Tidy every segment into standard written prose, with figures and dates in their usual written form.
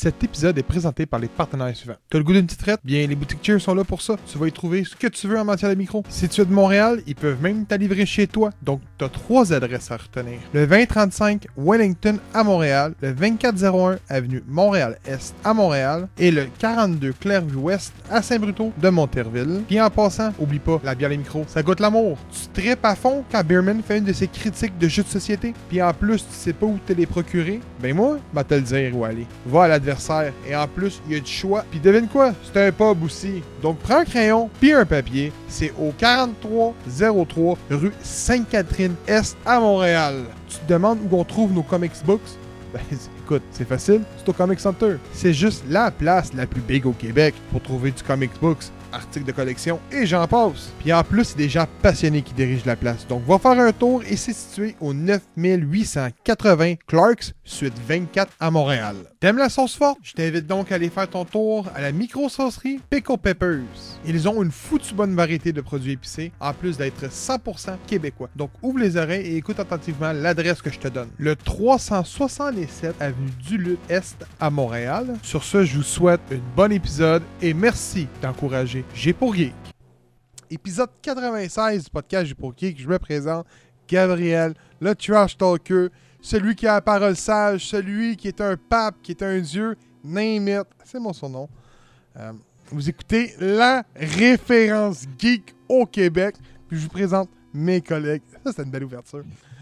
Cet épisode est présenté par les partenaires suivants. T'as le goût d'une petite traite? Bien, les boutiques Cheers sont là pour ça. Tu vas y trouver ce que tu veux en matière de micro. Si tu es de Montréal, ils peuvent même te livrer chez toi. Donc, t'as 3 adresses à retenir. Le 2035 Wellington à Montréal, le 2401 avenue Montréal-Est à Montréal et le 42 Clairvue-Ouest à Saint-Bruto de Monterville. Puis en passant, oublie pas, la bière les micros, ça goûte l'amour. Tu tripes à fond quand Beerman fait une de ses critiques de jeux de société. Puis en plus, tu sais pas où te les procurer. Ben moi, te le dire où aller. Va à l'adversaire. Et en plus, il y a du choix. Puis devine quoi? C'est un pub aussi. Donc prends un crayon puis un papier. C'est au 4303 rue Sainte-Catherine-Est à Montréal. Tu te demandes où on trouve nos comics books? Ben écoute, c'est facile. C'est au Comic Center. C'est juste la place la plus big au Québec pour trouver du comics books, articles de collection et j'en passe. Puis en plus, c'est des gens passionnés qui dirigent la place. Donc va faire un tour et c'est situé au 9880 Clarks, suite 24 à Montréal. T'aimes la sauce forte? Je t'invite donc à aller faire ton tour à la micro-saucerie Pickle Peppers. Ils ont une foutue bonne variété de produits épicés, en plus d'être 100% québécois. Donc ouvre les oreilles et écoute attentivement l'adresse que je te donne. Le 367 avenue Duluth Est à Montréal. Sur ce, je vous souhaite un bon épisode et merci d'encourager J'ai pour Geek. Épisode 96 du podcast J'ai pour Geek. Je me présente Gabriel, le trash talker, celui qui a la parole sage, celui qui est un pape, qui est un dieu, name it. C'est mon son nom. Vous écoutez la référence geek au Québec. Puis je vous présente mes collègues. Ça, c'est une belle ouverture.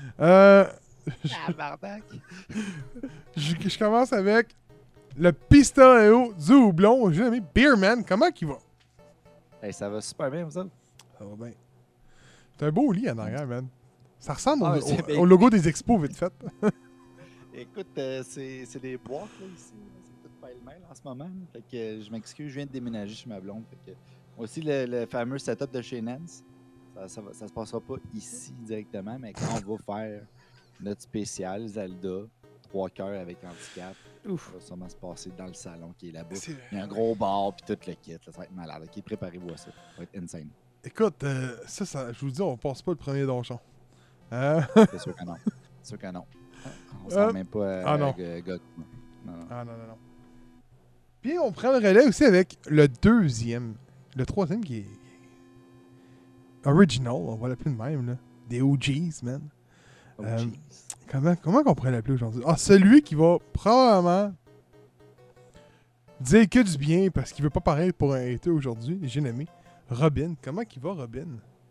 Je commence avec le pistolet du houblon. J'ai nommé Beerman. Comment il va? Hey, ça va super bien, vous autres? Ça va bien. C'est un beau lit en arrière, man. Ça ressemble au au logo des expos, vite fait. Écoute, c'est des boîtes là, ici. C'est tout pêle-mêle en ce moment. Fait que je m'excuse, je viens de déménager chez ma blonde. Fait que, aussi, le fameux setup de chez Nance, ça se passera pas ici directement, mais quand on va faire notre spécial Zelda, 3 cœurs avec handicap, Ouf. ça va sûrement se passer dans le salon qui est là-bas. C'est- Il y a un gros bar puis tout le kit. Là, ça va être malade. OK, préparez-vous à ça. Ça va être insane. Écoute, ça, je vous dis, on passe pas le premier donjon. C'est sûr que non. C'est sûr que non. On sent même pas non. God. Non. Ah non. Puis on prend le relais aussi avec le deuxième. Le troisième qui est original, on va l'appeler de même, là. Des OGs, man. Oh, Euh, jeez. Comment qu'on pourrait l'appeler aujourd'hui? Ah, celui qui va probablement dire que du bien parce qu'il veut pas paraître pour un hater aujourd'hui. J'ai nommé Robin. Comment qu'il va, Robin?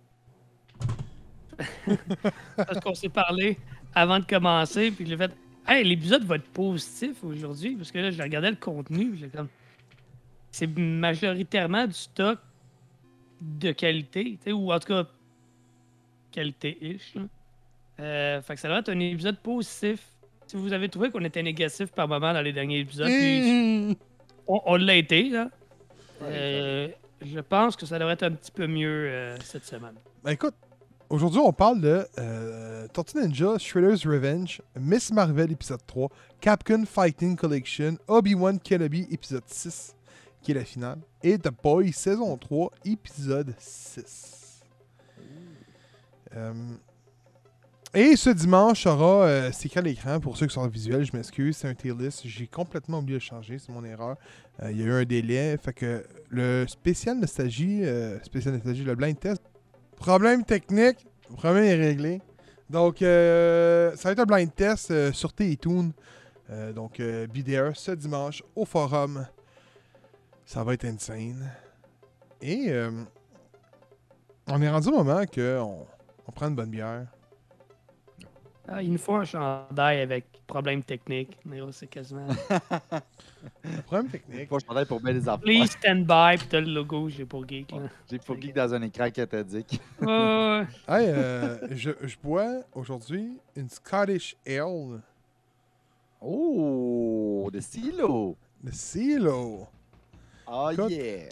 Parce qu'on s'est parlé avant de commencer, puis j'ai fait hey, l'épisode va être positif aujourd'hui, parce que là, je regardais le contenu, puis j'ai comme c'est majoritairement du stock de qualité, tu sais, ou en tout cas qualité-ish. Fait que ça va être un épisode positif. Si vous avez trouvé qu'on était négatif par moment dans les derniers épisodes, puis on l'a été, là. Je pense que ça devrait être un petit peu mieux cette semaine. Ben écoute, aujourd'hui on parle de Tortue Ninja, Shredder's Revenge, Miss Marvel épisode 3, Capcom Fighting Collection, Obi-Wan Kenobi épisode 6, qui est la finale, et The Boys saison 3 épisode 6. Et ce dimanche aura c'est écrit à l'écran pour ceux qui sont visuels, je m'excuse, c'est un tier list, j'ai complètement oublié de changer, c'est mon erreur. Il y a eu un délai, fait que le spécial nostalgie, le blind test, problème technique, le problème est réglé. Donc ça va être un blind test sur T-Toon, donc be there ce dimanche au forum. Ça va être insane. Et on est rendu au moment qu'on prend une bonne bière. Ah, il nous faut un chandail avec problème technique. Mais oh, c'est quasiment. Le problème technique. Faut que je travaille pour bien les affaires. Please stand by, puis t'as le logo, j'ai pour geek. Là. J'ai pour geek dans un écran cathodique. Ouais. Hey, je bois aujourd'hui une Scottish Ale. Oh, de stylo. Le Silo. Oh Écoute. yeah.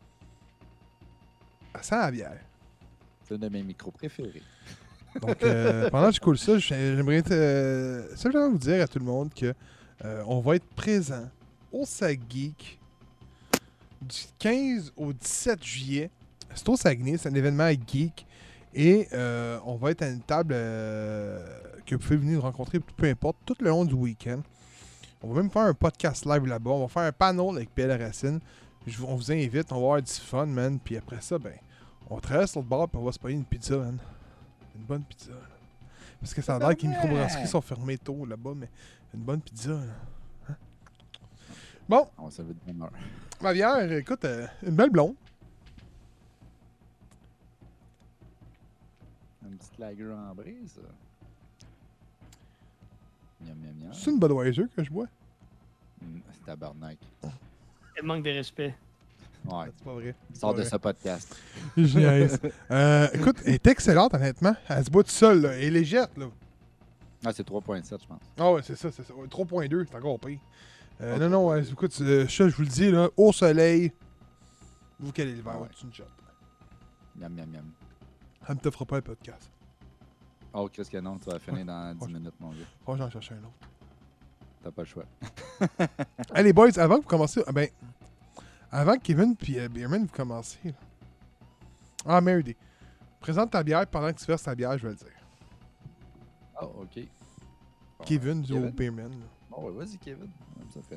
Ça sent la bière. C'est un de mes micros préférés. Donc, pendant que je coule ça, j'aimerais simplement vous dire à tout le monde que on va être présent au SAG Geek du 15 au 17 juillet. C'est au Saguenay, c'est un événement geek. Et on va être à une table que vous pouvez venir rencontrer, peu importe, tout le long du week-end. On va même faire un podcast live là-bas. On va faire un panel avec PL Racine. On vous invite, on va avoir du fun, man. Puis après ça, ben, on traverse l'autre bord puis on va se payer une pizza, man. Une bonne pizza. Là. Parce que ça a l'air que les microbrasseries sont fermées tôt là-bas, mais une bonne pizza, là. Hein? Bon. On va servir de bonne heure. Ma bière, écoute, une belle blonde. Une petite lager en brise. Miam, miam, miam. C'est une Budweiser que je bois. C'est tabarnak. Elle manque de respect. Ouais. C'est pas vrai. Sors de ce podcast. Je niaise. Écoute, elle est excellente, honnêtement. Elle se boit toute seule, là. Elle est légère, là. Ah, c'est 3.7, je pense. Ah ouais, c'est ça, c'est ça. Ouais, 3.2, c'est encore pire. Ok. Non, écoute, ça, je vous le dis, là, au soleil, vous calez l'hiver, Ah ouais. c'est une shot. Miam, miam, miam. Ça ne te fera pas le podcast. Oh, qu'est-ce que non, tu vas finir dans 10 minutes, mon gars. Faut que j'en cherche un autre. T'as pas le choix. Hey, les boys, avant que vous commenciez, avant que Kevin et Beerman vous commenciez, là. Ah, merde. Présente ta bière pendant que tu verses ta bière, je vais le dire. Oh, ok. Bon, Kevin Kevin? ou Beerman. là. Bon, ouais, vas-y, Kevin. Ça fait.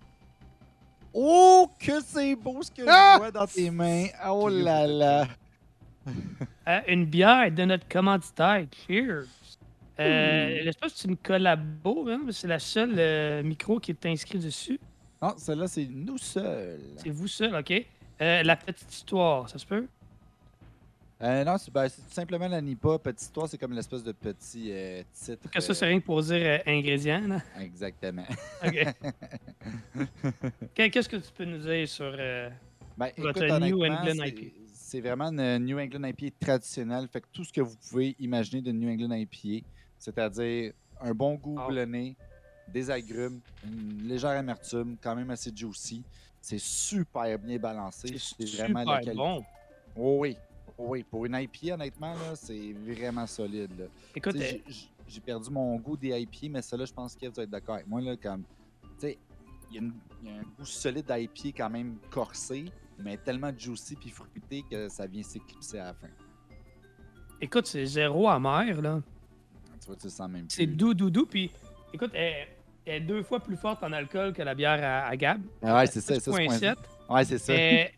Oh, que c'est beau ce que Ah! je vois dans tes mains. Oh là là. Une bière de notre commanditaire. Cheers. L'espace, c'est une collabo, hein, mais c'est la seule micro qui est inscrit dessus. Non, celle-là, c'est nous seuls. C'est vous seul, OK? La petite histoire, ça se peut? Non, c'est tout simplement la NIPA. Petite histoire, c'est comme l'espèce de petit titre. Que ça, c'est rien que pour dire ingrédients, là. Exactement. OK. Qu'est-ce que tu peux nous dire sur... Ben, Votre écoute, New honnêtement, England IPA. c'est vraiment une New England IPA traditionnelle. Fait que tout ce que vous pouvez imaginer de New England IPA, c'est-à-dire un bon goût Ah. blonné, des agrumes, une légère amertume, quand même assez juicy. C'est super bien balancé. C'est vraiment la super qualité. bon. Oh oui, oh oui. Pour une IPA, honnêtement, là, c'est vraiment solide. Là. Écoute, Tu sais, j'ai perdu mon goût des IPA, mais ça là, je pense que vous êtes d'accord avec moi. Là, comme, tu sais, il y a un goût solide d'IPA quand même corsé, mais tellement juicy puis fruité que ça vient s'éclipser à la fin. écoute, c'est zéro amer, là. Tu vois, tu le sens même C'est plus. doux. Puis, écoute, elle est 2 fois plus forte en alcool que la bière à Gab. Ah ouais, c'est ça. C'est 6.7. Ouais, c'est ça. Mais,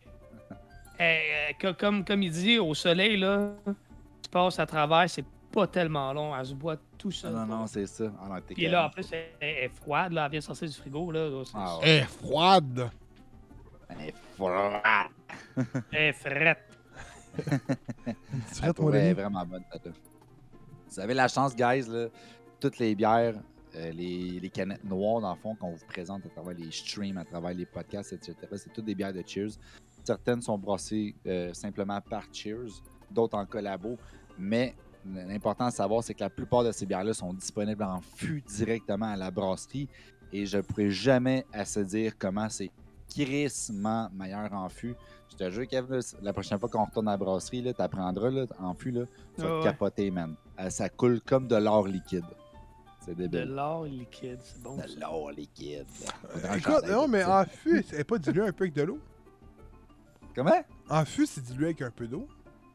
comme il dit, au soleil, là, tu passes à travers, c'est pas tellement long. Elle se boit tout seul. Non, c'est ça. Ah, non, t'es Puis là, en plus, elle est froide, là. Elle vient sortir du frigo, là. Ah, ouais. Elle est froide. Elle est froide. Elle est frette. Tu ferais, Elle toi, est Denis? vraiment bonne, celle-là. Vous avez la chance, guys, là, toutes les bières, les canettes noires, dans le fond, qu'on vous présente à travers les streams, à travers les podcasts, etc., c'est toutes des bières de Cheers. Certaines sont brassées simplement par Cheers, d'autres en collabo, mais l'important à savoir, c'est que la plupart de ces bières-là sont disponibles en fût directement à la brasserie et je ne pourrais jamais assez dire comment c'est crissement meilleur en fût. Je te jure, Kev, là, la prochaine fois qu'on retourne à la brasserie, tu apprendras en fût, là, tu vas Ah te ouais. capoter, man. Ça coule comme de l'or liquide. C'est De débile. l'or liquide, c'est bon. ça. De l'or liquide. Écoute, non, mais en fût, elle n'est pas diluée un peu avec de l'eau? Comment? En fût, c'est dilué avec un peu d'eau.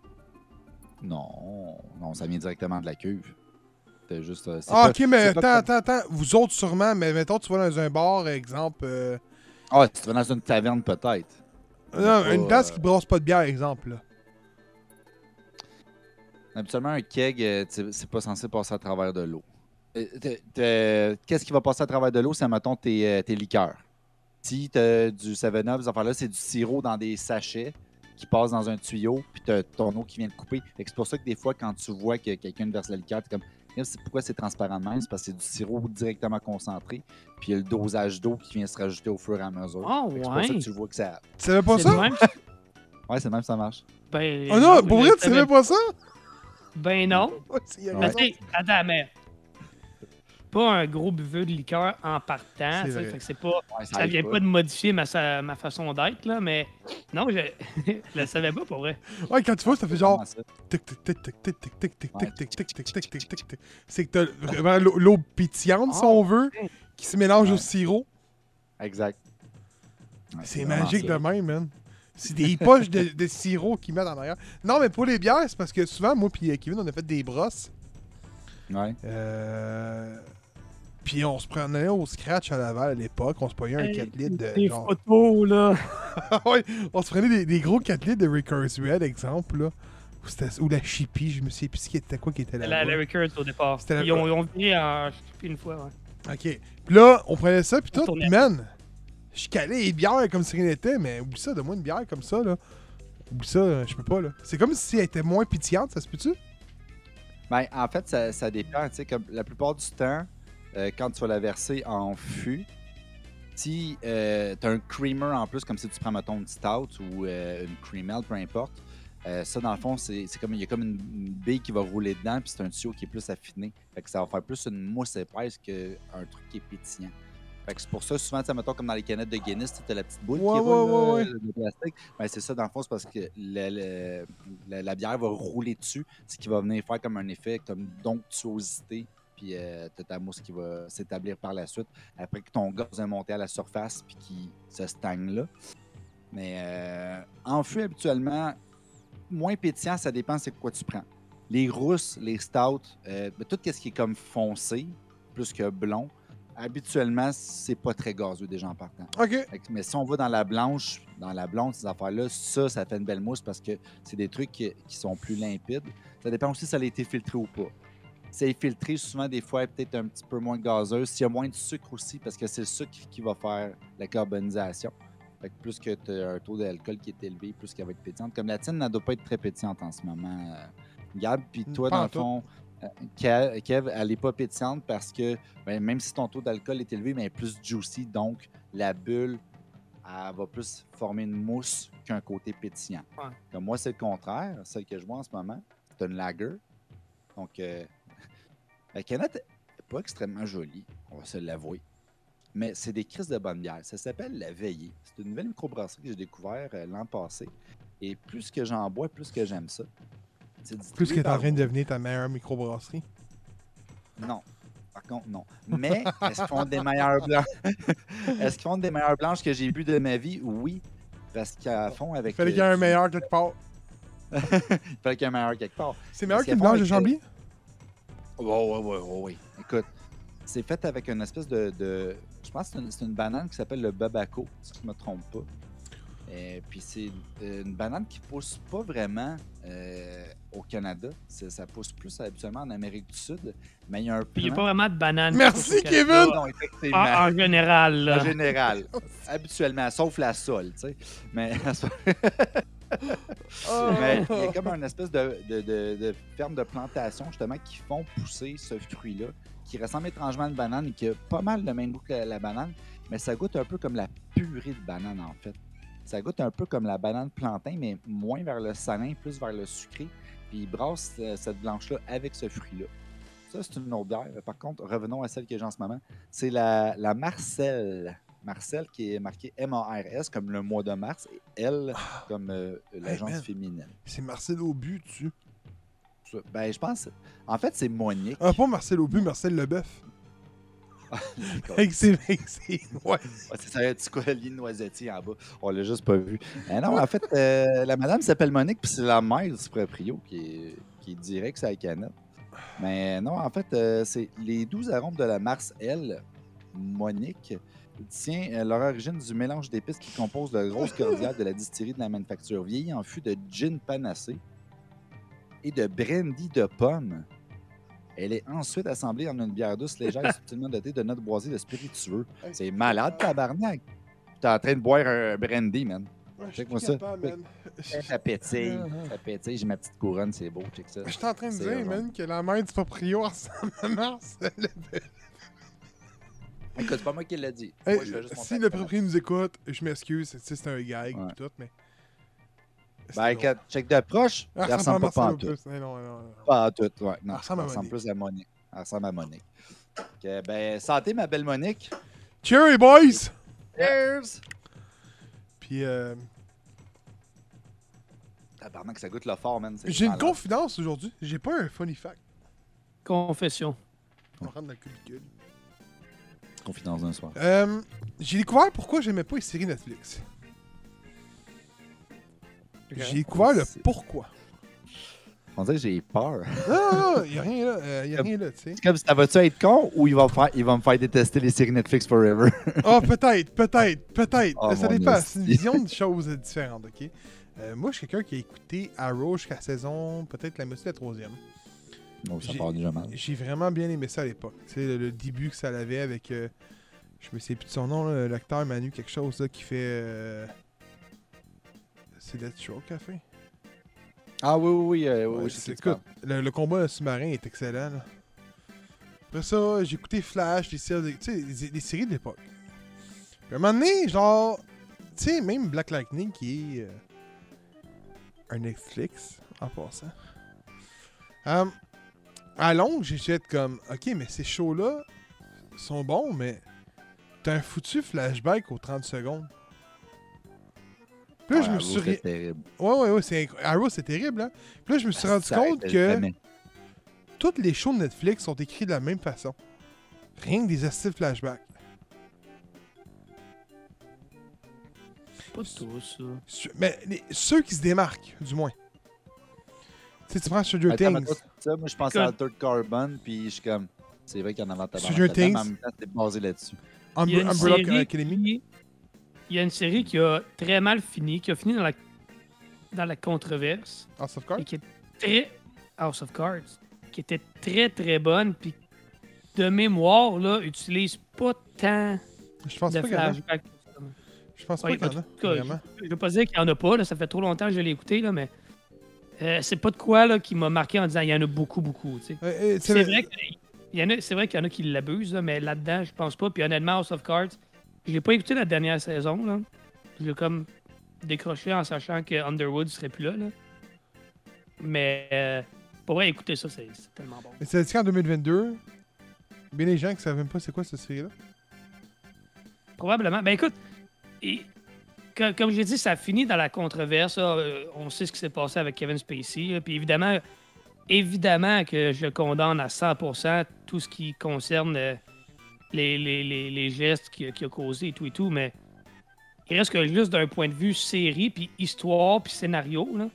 Non, ça vient directement de la cuve. C'est juste. C'est Ah, pas- ok, mais c'est pas attends. Vous autres, sûrement, mais mettons, tu vas dans un bar, exemple. Ah, tu vas dans une taverne peut-être. Non, pas, une place qui brasse pas de bière, exemple. Là. Habituellement, un keg, c'est pas censé passer à travers de l'eau. Qu'est-ce qui va passer à travers de l'eau? C'est, mettons, tes liqueurs. Si tu as du 7-Up, ces affaires-là, c'est du sirop dans des sachets qui passe dans un tuyau, puis tu as ton eau qui vient de couper. Fait que c'est pour ça que des fois, quand tu vois que quelqu'un verse la liqueur, tu es comme, pourquoi c'est transparent de même? C'est parce que c'est du sirop directement concentré, puis il y a le dosage d'eau qui vient se rajouter au fur et à mesure. Ah, Fait que c'est pour ça ouais. que tu vois que ça. Tu savais pas C'est ça? de même? Ouais, c'est même ça marche. Ben, Oh non, je pour vrai, tu savais- savais pas ça? Ben non. Ouais, c'est- il a Ouais. Mais raison. tu sais, attends, mais pas un gros buveux de liqueur en partant. C'est tu sais, vrai. fait que c'est pas, Ouais, ça aide vient pas de modifier ma façon d'être, là, mais non, je je le savais pas pour vrai. Ouais, quand tu vois, ça fait genre. Comment ça? Tic, tic, tic, tic, tic, tic, tic, tic, Ouais. tic, tic, tic, tic, tic, tic, tic, tic. C'est que t'as vraiment l'eau pétillante, si Ah, on veut, qui se mélange Ouais. au sirop. Exact. Ouais, C'est vraiment magique ça. de même, man. C'est des poches de sirop qu'ils mettent en arrière. Non, mais pour les bières, c'est parce que souvent, moi puis Kevin, on a fait des brosses. Ouais. Puis on se prenait au scratch à Laval à l'époque. On se prenait un 4 litres de. Des genre... photos, là. Ouais, on se prenait des gros 4 litres de Rickers Red, exemple, là. Ou la Chippy, je me souviens plus qui était là-bas. La Rickers au départ. C'était la- Ils ont viré en Chippy une fois, ouais. Ok. Puis là, on prenait ça, puis On tout, tournait. puis man, je calais les bières comme si rien n'était, mais oublie ça, donne-moi une bière comme ça, là. Oublie ça, je peux pas, là. C'est comme si elle était moins pétillante, ça se peut-tu? Ben, en fait, ça dépend. Tu sais, comme la plupart du temps, quand tu vas la verser en fût, si tu as un creamer en plus, comme si tu prends, mettons, une stout ou une creamel, peu importe, ça, dans le fond, c'est comme il y a comme une bille qui va rouler dedans, puis c'est un tuyau qui est plus affiné. Fait que ça va faire plus une mousse épaisse qu'un truc qui est pétillant. Fait que c'est pour ça, souvent, tu sais, mettons, comme dans les canettes de Guinness, tu as la petite boule qui roule de plastique. Ben, c'est ça, dans le fond, c'est parce que la bière va rouler dessus, ce qui va venir faire comme un effet comme d'onctuosité, puis tu as ta mousse qui va s'établir par la suite, après que ton gaz est monté à la surface, puis qui se stagne là. Mais en fût, habituellement, moins pétillant, ça dépend c'est quoi tu prends. Les rousses, les stouts, tout ce qui est comme foncé, plus que blond, habituellement, c'est pas très gazeux déjà en partant. Ok. Mais si on va dans la blanche, dans la blonde, ces affaires-là, ça fait une belle mousse parce que c'est des trucs qui sont plus limpides. Ça dépend aussi si ça a été filtré ou pas. Si c'est filtré, souvent, des fois, peut-être un petit peu moins gazeux. S'il y a moins de sucre aussi, parce que c'est le sucre qui va faire la carbonisation. Fait que plus que tu as un taux d'alcool qui est élevé, plus qu'elle va être pétillante. Comme la tienne, elle ne doit pas être très pétillante en ce moment, Gab. Puis toi, Pas dans en le fond, Kev, elle n'est pas pétillante parce que même si ton taux d'alcool est élevé, mais elle est plus juicy. Donc, la bulle, elle va plus former une mousse qu'un côté pétillant. Ouais. Comme moi, c'est le contraire. Celle que je vois en ce moment, c'est une lager. Donc, la canette n'est pas extrêmement jolie, on va se l'avouer. Mais c'est des crises de bonne bière. Ça s'appelle La Veillée. C'est une nouvelle microbrasserie que j'ai découvert l'an passé. Et plus que j'en bois, plus que j'aime ça. Plus que t'es en train de devenir ta meilleure microbrasserie. Non. Par contre, non. Mais est-ce qu'ils font des meilleures blanches? Est-ce qu'ils font des meilleures blanches que j'ai bu de ma vie? Oui. Parce qu'à fond avec. Il fallait qu'il y ait un meilleur quelque part. Il fallait qu'il y ait un meilleur quelque part. C'est meilleur Parce qu'une qu'à fond blanche de avec- Chambly? Oui. Écoute, c'est fait avec une espèce de je pense que c'est une banane qui s'appelle le Babaco, si je ne me trompe pas. Puis c'est une banane qui pousse pas vraiment au Canada. Ça pousse plus habituellement en Amérique du Sud. Mais il y a un Il n'y a plant... pas vraiment de banane. Merci, au Canada. Kevin! Non, effectivement. En général, là. En général. Habituellement, sauf la sole, tu sais. Mais mais il y a comme une espèce de ferme de plantation, justement, qui font pousser ce fruit-là, qui ressemble étrangement à une banane et qui a pas mal le même goût que la banane, mais ça goûte un peu comme la purée de banane, en fait. Ça goûte un peu comme la banane plantain, mais moins vers le salin, plus vers le sucré. Puis il brasse cette blanche-là avec ce fruit-là. Ça, c'est une autre bière. Par contre, revenons à celle que j'ai en ce moment. C'est la Marcel. Marcel qui est marqué M-A-R-S comme le mois de mars et L comme l'agence man. féminine. C'est Marcel Aubu, tu. Ben, je pense. En fait, c'est Monique. Ah, pas Marcel Aubu, Marcel Leboeuf. Avec ses. Ouais. Ouais, c'est ça, un petit collier de noisetier en bas. On l'a juste pas vu. Non, en fait, la madame s'appelle Monique, puis c'est la mère du proprio qui est direct sur la canette. Mais non, en fait, c'est les 12 arômes de la Mars L, Monique, tient leur origine du mélange d'épices qui compose le grosse cordiale de la distillerie de la manufacture, vieillie en fût de gin panacé et de brandy de pomme. Elle est ensuite assemblée en une bière douce légère et subtilement dotée de notes boisées de spiritueux. C'est malade, tabarnak! T'es en train de boire un brandy, man. Check-moi ça. Ça pétille. Ça pétille. J'ai ma petite couronne, c'est beau. Check ça. Je suis en train de C'est dire, vraiment- man, que la mère du proprio ressemble à Marcel Leboeuf. Écoute, c'est pas moi qui l'ai dit. Hey, Moi, je fais juste mon si sac. le proprio nous écoute, je m'excuse, c'est un gag Ouais. et tout, mais. Ben, écoute, check de proche, Elle elle ressemble pas en tout. Leboeuf. Non, non, non. Pas en tout, ouais. Non, Elle ressemble à elle ressemble Monique. plus à Monique. Elle ressemble à Monique. Ok, ben, santé, ma belle Monique. Cheers, boys! Cheers! Puis, Tabarnak, ça goûte le fort, man. C'est j'ai une malade. confidence aujourd'hui. J'ai pas un funny fact. Confession. On rentre dans le cubicule. Confidence d'un soir. J'ai découvert pourquoi j'aimais pas les séries Netflix. J'ai découvert le pourquoi. On dirait que j'ai peur. Non, il n'y a rien là. Il y a rien là, tu sais. C'est comme ça va-tu être con ou il va me faire détester les séries Netflix forever? Ah, peut-être. Oh, Ça mon dépend. esti. C'est une vision de choses différentes, ok? Moi, je suis quelqu'un qui a écouté Arrow jusqu'à la saison, peut-être la moitié de la troisième. Non, ça part déjà mal. J'ai vraiment bien aimé ça à l'époque. Tu sais, le début que ça avait avec. Je me sais plus de son nom, là, l'acteur Manu, quelque chose là, qui fait. C'est Deathstroke à la fin. Ah oui, Ouais, je sais écoute, le combat sous-marin est excellent. Là. Après ça, j'ai écouté Flash, les séries, tu sais, les séries de l'époque. Puis à un moment donné, genre, tu sais, même Black Lightning qui est un Netflix, en passant. À longue, j'ai fait comme, ok, mais ces shows-là sont bons, mais t'as un foutu flashback aux 30 secondes. Puis là, je me suis C'est terrible. Ouais, Arrow, c'est terrible, hein. Puis là, je me suis rendu compte que tous les shows de Netflix sont écrits de la même façon. Rien que des astuces flashbacks. Pas tout ça. Mais ceux qui se démarquent, du moins. Tu sais, tu prends Stranger Things. Moi, je pense à Altered Carbon, puis je suis comme... C'est vrai qu'il y en a avant Stranger Things. mais en même temps, c'est basé là-dessus. Il y a une Umbrella série Academy. Il y a une série qui a très mal fini, qui a fini dans la controverse. House of Cards. Et qui est très... House of Cards. Qui était très, très bonne, puis de mémoire, là, utilise pas tant Je pense de pas qu'il y en a. flashbacks. Je pense pas Ouais, qu'il y en en a. tout cas, Vraiment. je veux pas dire qu'il y en a pas, là, ça fait trop longtemps que je l'ai écouté, là, mais c'est pas de quoi là, qui m'a marqué en disant il y en a beaucoup, beaucoup. Tu sais. C'est vrai qu'il y en a qui l'abusent, là, mais là-dedans, je pense pas. Puis honnêtement, House of Cards, je l'ai pas écouté la dernière saison. Là. Je l'ai comme décroché en sachant que Underwood serait plus là. Mais pour vrai, écouter ça, c'est tellement bon. Mais c'est dit qu'en 2022, bien les gens qui savent même pas c'est quoi cette série-là. Probablement. Ben écoute, comme j'ai dit, ça finit dans la controverse. Là. On sait ce qui s'est passé avec Kevin Spacey. Là. Puis évidemment que je condamne à 100% tout ce qui concerne les gestes qu'il a causés et tout. Mais il reste que juste d'un point de vue série, puis histoire, puis scénario, là,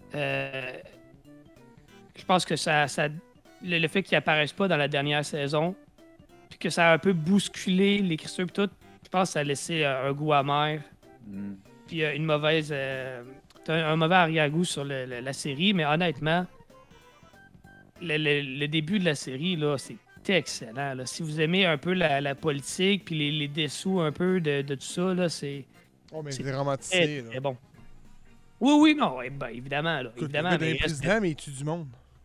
je pense que le fait qu'il apparaisse pas dans la dernière saison, puis que ça a un peu bousculé l'écriture et tout, je pense que ça a laissé un goût amer. Puis une mauvaise... un mauvais arrière-goût sur la série, mais honnêtement, le début de la série, là, c'est excellent. Là. Si vous aimez un peu la politique, puis les dessous un peu de tout ça, là, c'est... Oh, mais c'est romantisé. C'est bon. Oui, non, ben, évidemment. Là, Écoute, évidemment, le mais gars d'un président, mais il tue du monde.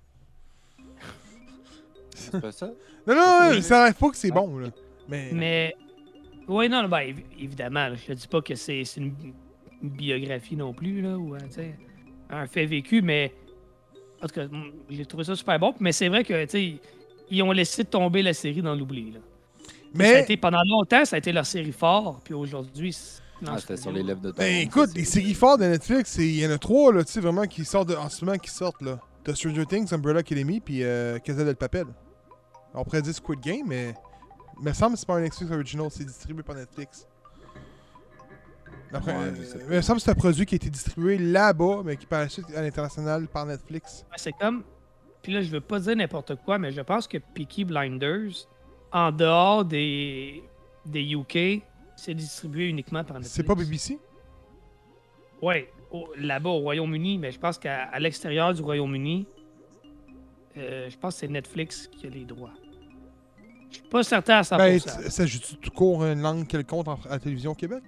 C'est pas ça? Non, Oui. ça n'arrive pas que c'est bon, là. Mais... Oui, non, ben, évidemment. Là, je te dis pas que c'est une biographie non plus, là, ou un fait vécu, mais... En tout cas, j'ai trouvé ça super bon. Mais c'est vrai que, tu sais, ils ont laissé tomber la série dans l'oubli, là. Mais... Ça a été, pendant longtemps, ça a été leur série phare, puis aujourd'hui... C'était sur les lèvres de ton Ben monde, écoute, ça, les c'est- séries fortes de Netflix, il y en a 3 là, tu sais, vraiment qui sortent en ce moment qui sortent là. T'as Stranger Things, Umbrella Academy, puis Casa del Papel. On pourrait dire Squid Game, mais il me semble que c'est pas un Netflix original, c'est distribué par Netflix. Après, Ouais, je sais pas. il me semble que c'est un produit qui a été distribué là-bas, mais qui par la suite à l'international par Netflix. C'est comme... Puis là, je veux pas dire n'importe quoi, mais je pense que Peaky Blinders, en dehors des UK, c'est distribué uniquement par Netflix. C'est pas BBC? Oui, là-bas au Royaume-Uni, mais je pense qu'à l'extérieur du Royaume-Uni, je pense que c'est Netflix qui a les droits. Je suis pas certain à 100%. Ben, ça joue-tu tout court une langue quelconque à la télévision au Québec?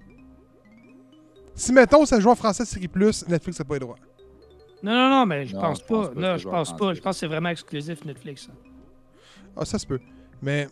Si, mettons, ça joue en français, série plus, Netflix n'a pas les droits. Non, mais je Non, pense je pense pas. pas Non, que je ça pense joue en pas. français. Je pense que c'est vraiment exclusif Netflix. Ça. Ah, ça se peut. Mais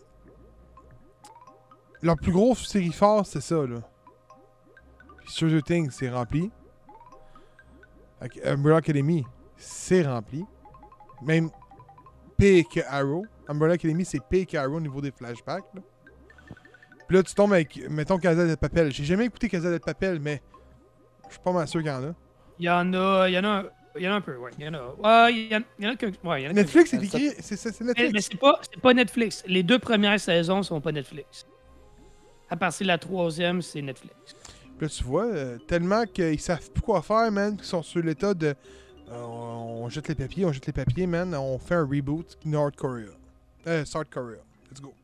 leur plus grosse série forte, c'est ça, là. Puis Stranger Things, c'est rempli. Umbrella Academy, c'est rempli. Même pire que Arrow. Umbrella Academy, c'est pire qu'Arrow au niveau des flashbacks, là. Puis là, tu tombes avec, mettons, Casa del Papel. J'ai jamais écouté Casa del Papel, mais je suis pas mal sûr qu'il y en a. Il y en a un peu, ouais. Il y en a. Il y en a que. Ouais, il y en a Netflix, que- c'est écrit. C'est Mais Netflix. c'est pas Netflix. Les 2 premières saisons sont pas Netflix. À partir de la 3e, c'est Netflix. Puis là, tu vois, tellement qu'ils savent plus quoi faire, man, qu'ils sont sur l'état de On jette les papiers, man. On fait un reboot North Korea. South Korea. Let's go.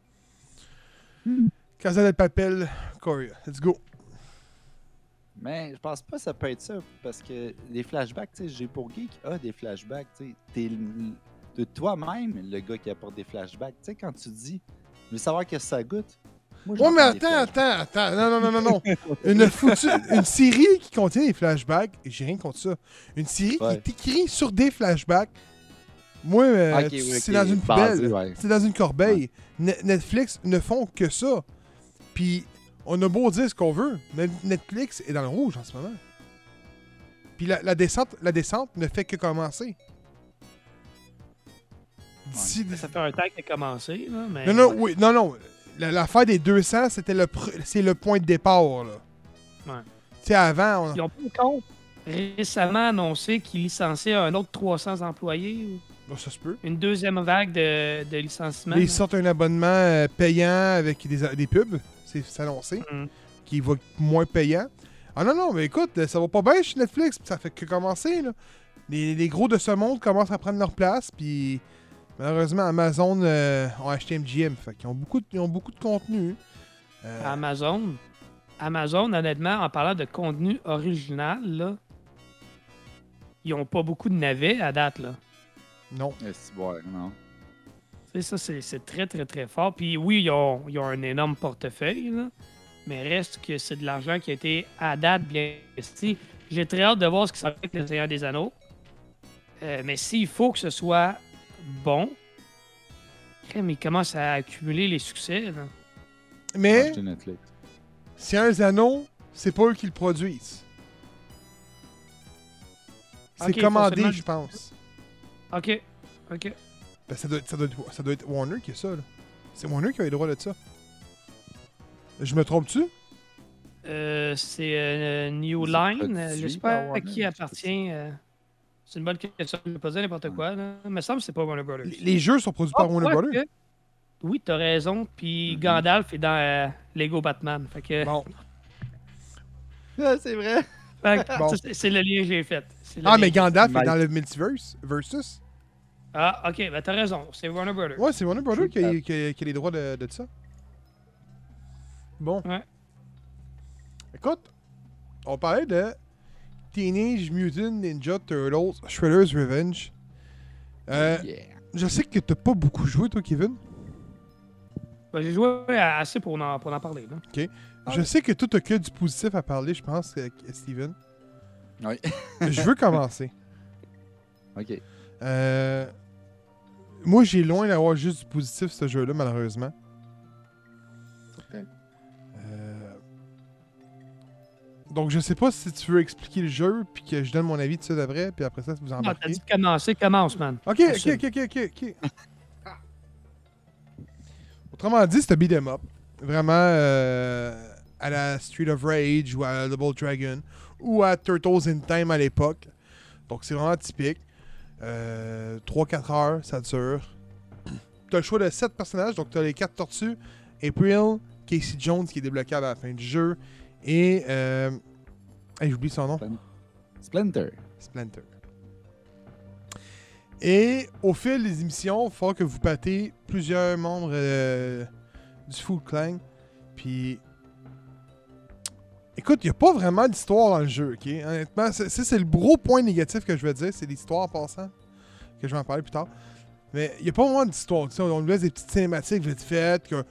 Casa del Papel, Korea. Let's go. Mais je pense pas que ça peut être ça, parce que les flashbacks, tu sais, J'ai pour Geek a des flashbacks, tu sais. T'es de toi-même le gars qui apporte des flashbacks. Tu sais, quand tu dis, je veux savoir que ça goûte. Moi, Ouais, mais j'entends des attends. Non. Une série qui contient des flashbacks, et j'ai rien contre ça. Une série qui est écrite sur des flashbacks, moi, c'est dans une poubelle. Ouais. C'est dans une corbeille. Netflix ne font que ça. Puis, on a beau dire ce qu'on veut, mais Netflix est dans le rouge en ce moment. Puis la descente ne fait que commencer. Ça fait un temps qu'il a commencé, là, mais... Non. L'affaire des 200, c'est le point de départ, là. Ouais. Tu sais, avant... Ils ont pas encore récemment annoncé qu'ils licenciaient un autre 300 employés. Bon, ça se peut. Une deuxième vague de licenciements. Là, ils sortent un abonnement payant avec des pubs, c'est annoncé, qui va être moins payant. Ah non, mais écoute, ça va pas bien chez Netflix, ça fait que commencer, là. Les gros de ce monde commencent à prendre leur place, puis malheureusement, Amazon ont acheté MGM, fait qu'ils ont beaucoup de contenu. Amazon, honnêtement, en parlant de contenu original, là, ils ont pas beaucoup de navets à date, là. Non. Non. Tu sais, ça, c'est très, très, très fort. Puis oui, ils ont un énorme portefeuille, là, mais reste que c'est de l'argent qui a été, à date, bien investi. J'ai très hâte de voir ce qui s'en fait avec le Seigneur des Anneaux. Mais s'il faut que ce soit bon, mais ils commencent à accumuler les succès, là. Mais, Netflix. Seigneur des Anneaux, c'est pas eux qui le produisent. C'est Ok, commandé, forcément. je pense. OK. Ben, ça doit être Warner qui a ça, là. C'est Warner qui a les droits de ça. Je me trompe-tu? C'est New C'est Line. produit Je sais par pas à Warner, qui appartient. C'est une bonne question. Je vais pas dire n'importe quoi. Là. Il me semble que c'est pas Warner Brothers. Les jeux sont produits par Warner quoique, Brothers. Oui, t'as raison. Puis Gandalf est dans Lego Batman. Fait que, Bon. C'est vrai. fait que Bon. ça, c'est le lien que j'ai fait. C'est le Ah, lien. mais Gandalf est Mike. dans le Multiverse versus. Ah, ok, ben t'as raison. C'est Warner Brothers. Ouais, c'est Warner Brothers qui a les droits de ça. Bon. Ouais. Écoute, on parlait de Teenage Mutant Ninja Turtles Shredder's Revenge. Yeah. Je sais que t'as pas beaucoup joué, toi, Kevin. Ben, j'ai joué assez pour en parler. Là. Je sais que toi, t'as que du positif à parler, je pense, Steven. Oui. Je veux commencer. OK. Moi, j'ai loin d'avoir juste du positif, ce jeu-là, malheureusement. OK. Donc, je sais pas si tu veux expliquer le jeu, puis que je donne mon avis de ça d'après, puis après ça, vous Ah, t'as embarquez. dit de commencer, commence, man. Ok. Autrement dit, c'est un beat'em up. Vraiment à la Street of Rage ou à Double Dragon ou à Turtles in Time à l'époque. Donc c'est vraiment typique. 3-4 heures, ça dure. T'as le choix de 7 personnages, donc t'as les 4 tortues, April, Casey Jones qui est débloquable à la fin du jeu, et j'oublie son nom. Splinter. Splinter. Et au fil des émissions, il faut que vous battez plusieurs membres du Foot Clan. Puis, écoute, il n'y a pas vraiment d'histoire dans le jeu, ok? Honnêtement, c'est le gros point négatif que je veux dire, c'est l'histoire en passant, que je vais en parler plus tard. Mais il n'y a pas vraiment d'histoire. Tu sais, on nous laisse des petites cinématiques vite faites, que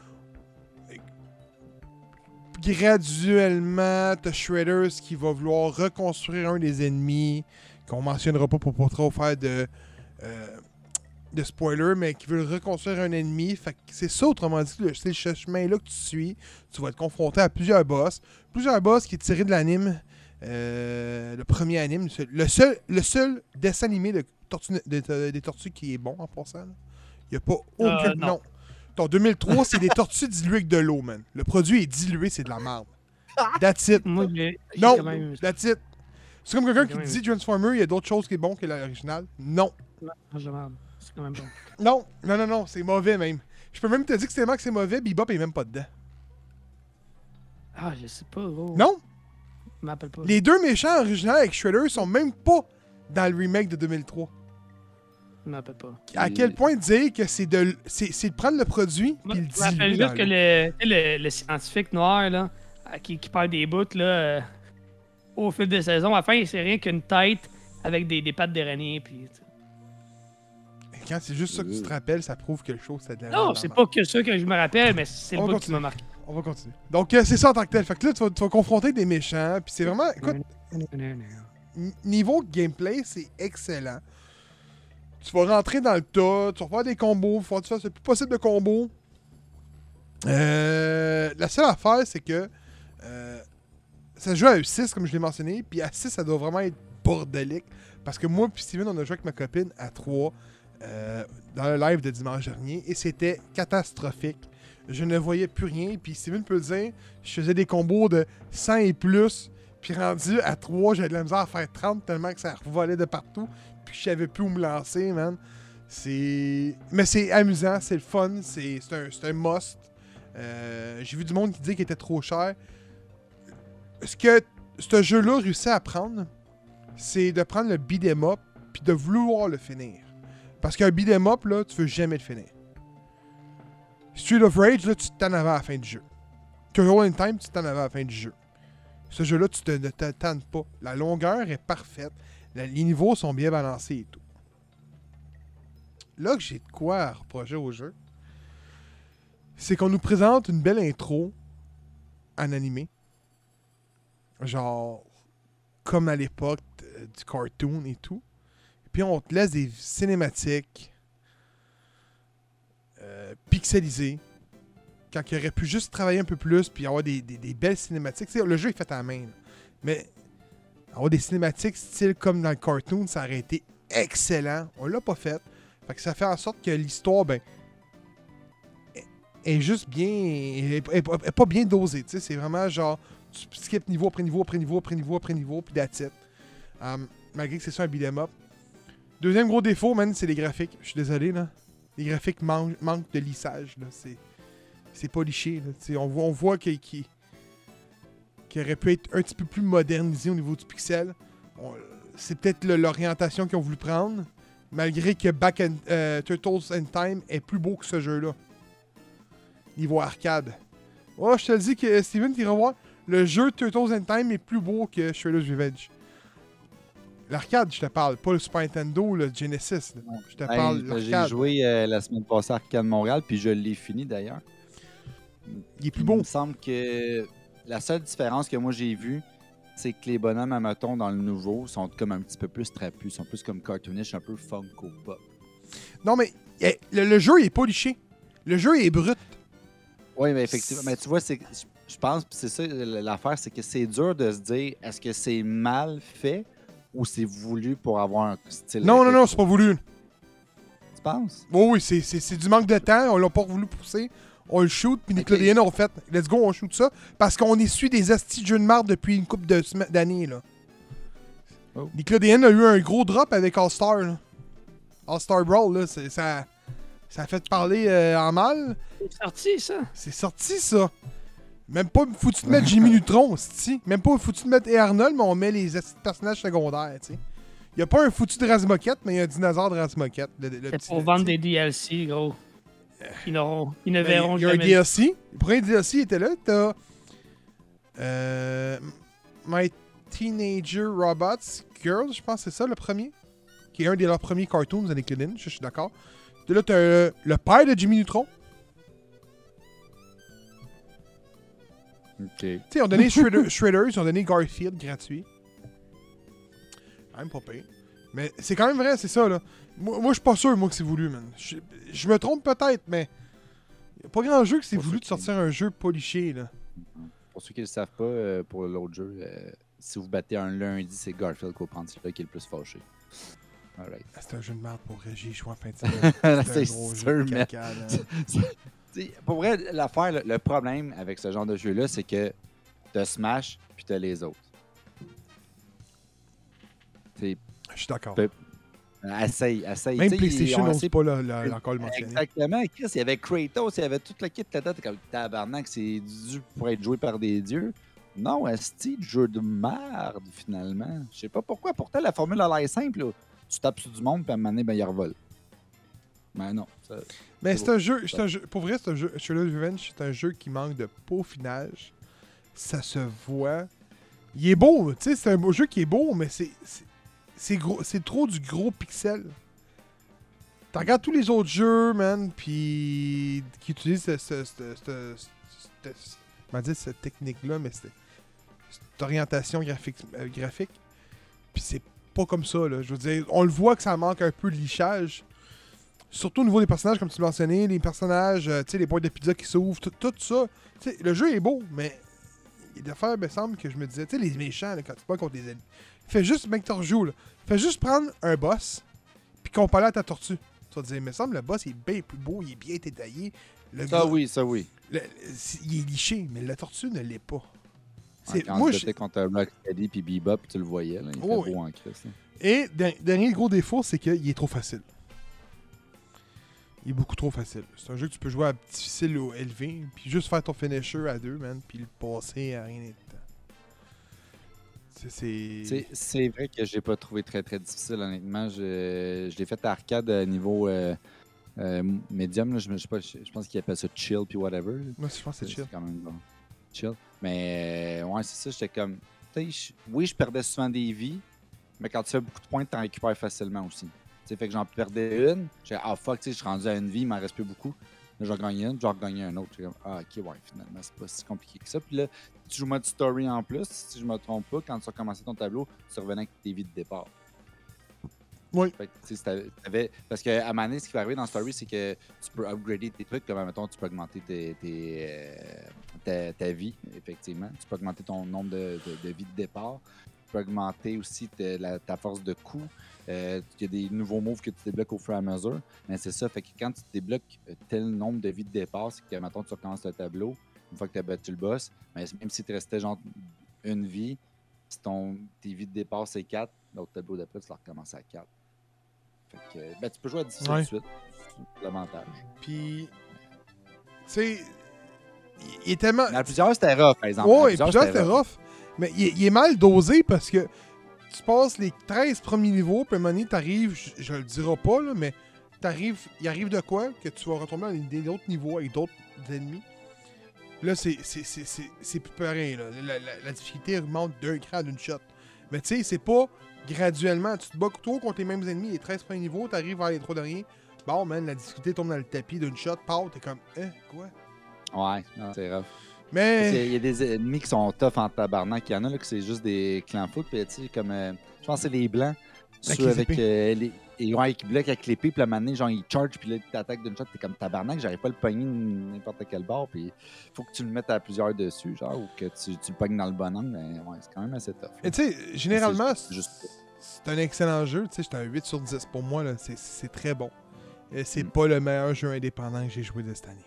graduellement, t'as Shredders qui va vouloir reconstruire un des ennemis, qu'on mentionnera pas pour pas trop faire de spoiler, mais qui veut reconstruire un ennemi. Fait que c'est ça, autrement dit, c'est ce chemin-là que tu suis. Tu vas être confronté à plusieurs boss. Plusieurs boss qui est tiré de l'anime. Le premier anime. Le seul dessin animé des tortues qui est bon en passant. Il n'y a pas aucun... non. En 2003, c'est des tortues diluées avec de l'eau, man. Le produit est dilué, c'est de la merde. That's it. Moi, j'ai Non, quand même... that's it. C'est comme quelqu'un Quand qui même. dit Transformer, il y a d'autres choses qui est bon que l'original. Non. C'est quand même bon. Non, c'est mauvais même. Je peux même te dire que c'est tellement que c'est mauvais, Bebop est même pas dedans. Ah, je sais pas, gros. Non? Je m'appelle pas. Les deux méchants originaux avec Shredder sont même pas dans le remake de 2003. Je m'en rappelle pas. À quel point dire que c'est de prendre le produit Moi, puis le je me rappelle diluer juste que le scientifique noir là, qui parle des bouts là, au fil des saisons, à la fin, c'est rien qu'une tête avec des pattes d'araignée. Puis, Quand c'est juste ça que tu te rappelles, ça prouve que le show, c'est de la non, merde, c'est man. pas que ça que je me rappelle, mais c'est le On va bout qui continuer. m'a marqué. On va continuer. Donc, c'est ça en tant que tel. Fait que là, tu vas confronter des méchants, puis c'est vraiment... Écoute, niveau gameplay, c'est excellent. Tu vas rentrer dans le tas, tu vas faire des combos, faut que tu fasses le plus possible de combos. La seule affaire, c'est que ça se joue à 6, comme je l'ai mentionné, puis à 6, ça doit vraiment être bordélique. Parce que moi puis Steven, on a joué avec ma copine à 3 dans le live de dimanche dernier, et c'était catastrophique. Je ne voyais plus rien, puis Steven peut le dire, je faisais des combos de 100 et plus, puis rendu à 3, j'avais de la misère à faire 30 tellement que ça revolait de partout, puis je savais plus où me lancer, man. Mais c'est amusant, c'est le fun, c'est un must. J'ai vu du monde qui dit qu'il était trop cher. Ce que ce jeu-là réussit à prendre, c'est de prendre le beat'em up puis de vouloir le finir. Parce qu'un beat'em up, là, tu veux jamais le finir. Street of Rage, là, tu t'en avais à la fin du jeu. Turtle in Time, tu t'en avais à la fin du jeu. Ce jeu-là, tu ne t'attends pas. La longueur est parfaite. Les niveaux sont bien balancés et tout. Là que j'ai de quoi à reprocher au jeu, c'est qu'on nous présente une belle intro en animé. Genre, comme à l'époque du cartoon et tout. Puis on te laisse des cinématiques pixelisées. Quand il aurait pu juste travailler un peu plus puis avoir des belles cinématiques. T'sais, le jeu est fait à la main. Là. Mais avoir des cinématiques style comme dans le cartoon, ça aurait été excellent. On l'a pas fait. Fait que ça fait en sorte que l'histoire, ben, est juste bien... est pas bien dosée. C'est vraiment genre... Tu skips niveau après niveau après niveau après niveau après niveau, puis that's it. Malgré que c'est ça un beat'em up. Deuxième gros défaut, man, c'est les graphiques. Je suis désolé, là. Les graphiques manquent de lissage, là. C'est pas liché, là. On voit qu'il aurait pu être un petit peu plus modernisé au niveau du pixel. C'est peut-être l'orientation qu'ils ont voulu prendre, malgré que Turtles in Time est plus beau que ce jeu-là. Niveau arcade. Oh, je te le dis que Steven, tu iras voir. Le jeu Turtles in Time est plus beau que Shredder's Revenge. L'arcade, je te parle, pas le Super Nintendo, le Genesis. Là. Je te parle de l'arcade. J'ai joué la semaine passée à Arcade Montréal, puis je l'ai fini d'ailleurs. Il est plus beau. Il me semble que la seule différence que moi j'ai vue, c'est que les bonhommes à maton dans le nouveau sont comme un petit peu plus trapus, sont plus comme cartoonish, un peu Funko Pop. Non, mais le jeu, il est pas liché. Le jeu, il est brut. Oui, mais effectivement. Mais tu vois, je pense que c'est ça l'affaire, c'est que c'est dur de se dire est-ce que c'est mal fait ou c'est voulu pour avoir un style. Non, c'est pas voulu. Tu penses? Oui, c'est du manque de temps. On l'a pas voulu pousser. On le shoot, puis Nickelodeon ont fait let's go, on shoot ça. Parce qu'on essuie des astis de jeux de marde depuis une couple d'années, là. Oh. Nickelodeon a eu un gros drop avec All-Star, là. All-Star Brawl, là. Ça a fait parler en mal. C'est sorti, ça. C'est sorti, ça. Même pas foutu de mettre Jimmy Neutron, c'ti. Même pas foutu de mettre et Arnold, mais on met les personnages secondaires, tu sais. Il y a pas un foutu de Razmoket, mais il y a un dinosaure de Razmoket. C'est pour vendre des DLC, gros. Ils ne verront jamais. Il y a un DLC. Le premier DLC était là. T'as My Teenager Robots Girls, je pense que c'est ça le premier. Qui est un de leurs premiers cartoons avec Nickelodeon, je suis d'accord. De là, t'as le père de Jimmy Neutron. OK. Tu sais, ils ont donné Shredders, ils ont donné Garfield gratuit. Quand même pas pire. Mais c'est quand même vrai, c'est ça, là. Moi je suis pas sûr, moi, que c'est voulu, man. Je me trompe peut-être, mais... Il n'y a pas grand jeu que c'est voulu de sortir un jeu pas liché, là. Pour ceux qui ne le savent pas, pour l'autre jeu, si vous battez un lundi, c'est Garfield qui va prendre celui-là qui est le plus fâché. Alright. C'est un jeu de merde pour Régis, je vois en fin de semaine. C'est sûr, mais... Pour vrai, l'affaire, le problème avec ce genre de jeu-là, c'est que t'as Smash puis t'as les autres. Je suis d'accord. Essaye. Même PlayStation n'ose pas encore le mentionner. Exactement. Chris, il y avait Kratos, il y avait toute la kit là-dedans. T'es comme tabarnak, c'est dû pour être joué par des dieux. Non, esti, jeu de merde, finalement. Je sais pas pourquoi. Pourtant, la formule a l'air simple. Là. Tu tapes sur du monde, puis à un moment donné, ben, il revole. Mais non. Mais c'est un jeu, pour vrai, c'est un jeu, Shredder's Revenge, c'est un jeu qui manque de peaufinage. Ça se voit. Il est beau, tu sais, c'est un beau jeu qui est beau, mais c'est gros, c'est trop du gros pixel. Tu regardes tous les autres jeux, man, puis qui utilisent cette technique-là, mais cette orientation graphique. Puis c'est pas comme ça, là. Je veux dire, on le voit que ça manque un peu de lichage. Surtout au niveau des personnages, comme tu mentionnais, les personnages, tu sais, les boîtes de pizza qui s'ouvrent, tout ça. Tu sais, le jeu est beau, mais il y a des affaires, il me semble, que je me disais, tu sais, les méchants, là, quand tu te bats contre des ennemis. Fais juste, mec, tu rejoues, là. Fais juste prendre un boss, puis comparer à ta tortue. Tu vas te dire, il me semble, le boss est bien plus beau, il est bien détaillé. Ça oui. Il est liché, mais la tortue ne l'est pas. Quand moi, j'étais contre Rocksteady puis Bebop, tu le voyais, là, il était beau en Christ. Et dernier gros défaut, c'est qu'il est trop facile. Il est beaucoup trop facile. C'est un jeu que tu peux jouer à difficile ou élevé, puis juste faire ton finisher à 2, man, puis le passer à rien de temps. C'est vrai que j'ai pas trouvé très très difficile, honnêtement. Je l'ai fait à arcade à niveau médium. Là. Je pense qu'il appelle ça chill puis whatever. Moi, je pense que c'est chill. C'est quand même bon. Chill. Mais ouais, c'est ça. J'étais comme. Oui, je perdais souvent des vies, mais quand tu fais beaucoup de points, tu en récupères facilement aussi. T'sais, fait que j'en perdais une. J'ai fuck, je suis rendu à une vie, il m'en reste plus beaucoup. Là, j'en gagnais une, j'en regagnais un autre. Comme, ok, ouais, finalement, c'est pas si compliqué que ça. Puis là, tu joues mode story en plus, si je me trompe pas, quand tu as commencé ton tableau, tu revenais avec tes vies de départ. Oui. Fait que, parce qu'à un moment donné, ce qui va arriver dans story, c'est que tu peux upgrader tes trucs. Comme, mettons, tu peux augmenter ta vie, effectivement. Tu peux augmenter ton nombre de vies de départ. Tu peux augmenter aussi ta force de coup. Il y a des nouveaux moves que tu débloques au fur et à mesure. Mais c'est ça, fait que quand tu débloques tel nombre de vies de départ, c'est que, mettons, tu recommences le tableau, une fois que tu as battu le boss, mais même si tu restais genre une vie, si tes vies de départ c'est 4, l'autre tableau d'après, tu la recommences à 4. Fait que, tu peux jouer à 10 tout de suite. C'est l'avantage. Puis, tu sais, il est tellement... À plusieurs, c'était rough, par exemple. Ouais, plusieurs, c'était rough. Mais il est mal dosé parce que tu passes les 13 premiers niveaux, puis à un moment donné, t'arrives, je le dirai pas, là, mais il arrive de quoi? Que tu vas retomber dans des autres niveaux avec d'autres ennemis. Là, c'est plus pareil. Là. La difficulté remonte d'un cran d'une shot. Mais tu sais, c'est pas graduellement. Tu te bats trop contre les mêmes ennemis, les 13 premiers niveaux, t'arrives vers les 3 derniers. Bon, man, la difficulté tombe dans le tapis d'une shot, pow, t'es comme, quoi? Ouais, c'est rough. Mais... Il y a des ennemis qui sont tough en tabarnak. Il y en a là, que c'est juste des clans foot. Puis, tu sais, comme. Je pense que c'est les blancs. Ceux avec les qui bloquent avec l'épée. Puis, la manée, genre, ils charge. Puis là, tu t'attaques d'une shot. T'es comme tabarnak. J'arrive pas à le pogner n'importe quel bord. Puis, faut que tu le mettes à plusieurs dessus, genre, ou que tu le pognes dans le bon angle. Mais ouais, c'est quand même assez tough. Et tu sais, généralement, c'est un excellent jeu. Tu sais, c'est un 8 sur 10. Pour moi, là, c'est très bon. Et c'est pas le meilleur jeu indépendant que j'ai joué de cette année.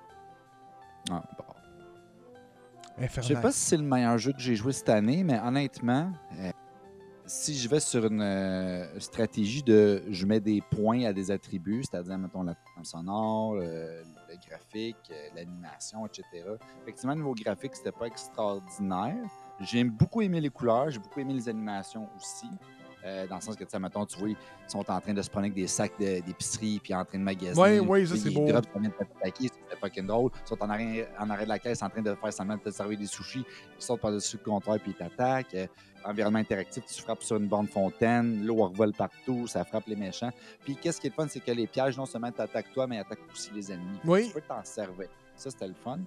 Ah, bon. Infernal. Je sais pas si c'est le meilleur jeu que j'ai joué cette année, mais honnêtement, si je vais sur une stratégie de je mets des points à des attributs, c'est-à-dire, mettons, la trame sonore, le graphique, l'animation, etc. Effectivement, au niveau graphique, c'était pas extraordinaire. J'ai beaucoup aimé les couleurs, j'ai beaucoup aimé les animations aussi. Dans le sens que, tu sais, mettons, tu vois, ils sont en train de se promener avec des sacs d'épicerie puis en train de magasiner. Oui, ça c'est beau. Ils drop, c'était fucking drôle. Ils sont en arrêt de la caisse en train de faire semblant de te servir des sushis. Ils sortent par-dessus le comptoir puis ils t'attaquent. Environnement interactif, tu frappes sur une borne fontaine, l'eau revole partout, ça frappe les méchants. Puis qu'est-ce qui est le fun, c'est que les pièges, non seulement t'attaquent toi, mais attaquent aussi les ennemis. Oui. Tu peux t'en servir. Ça, c'était le fun.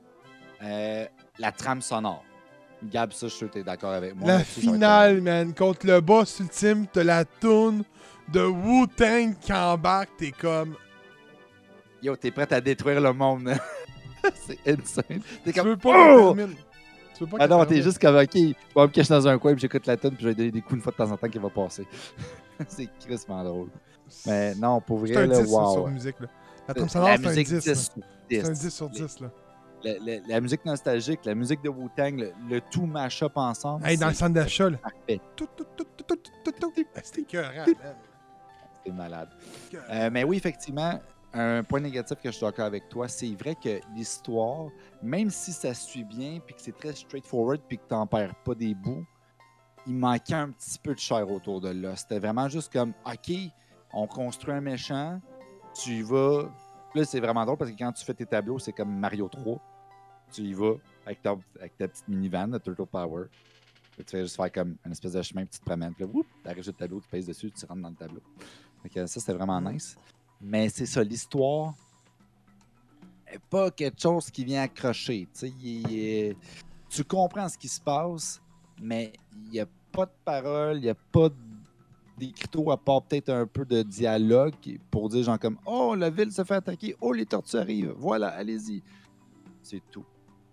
La trame sonore. Gab, ça, je suis sûr que t'es d'accord avec moi. La finale, man, contre le boss ultime, t'as la toune de Wu-Tang qui embarque, t'es comme... Yo, t'es prêt à détruire le monde. C'est insane. T'es Tu comme... veux pas qu'elle termine. Ah non, t'es juste comme, OK, je vais me cacher dans un coin puis j'écoute la toune puis je vais donner des coups une fois de temps en temps qui va passer. C'est crissement drôle. Mais non, pour vrai, c'est un 10 là, sur wow. musique, là. La trame sonore, c'est un 10. C'est un 10 sur 10, là. La musique nostalgique, la musique de Wu-Tang, le tout mash-up ensemble. Hey, dans le centre d'achat, là. Parfait. C'était écœurant, man. C'est malade. Mais oui, effectivement, un point négatif que je suis d'accord avec toi, c'est vrai que l'histoire, même si ça suit bien, puis que c'est très straightforward, puis que t'en perds pas des bouts, il manquait un petit peu de chair autour de là. C'était vraiment juste comme, OK, on construit un méchant, tu y vas. Là, c'est vraiment drôle parce que quand tu fais tes tableaux, c'est comme Mario 3. Tu y vas avec ta petite minivan, de Turtle Power. Tu fais juste faire comme une espèce de chemin, puis tu te promènes. Puis là, tu arrives sur le tableau, tu pèses dessus, tu rentres dans le tableau. Fait que ça, c'était vraiment nice. Mais c'est ça, l'histoire n'est pas quelque chose qui vient accrocher. Tu comprends ce qui se passe, mais il n'y a pas de parole, il n'y a pas d'écriteau à part peut-être un peu de dialogue pour dire genre comme « Oh, la ville se fait attaquer. Oh, les tortues arrivent. Voilà, allez-y. » C'est tout.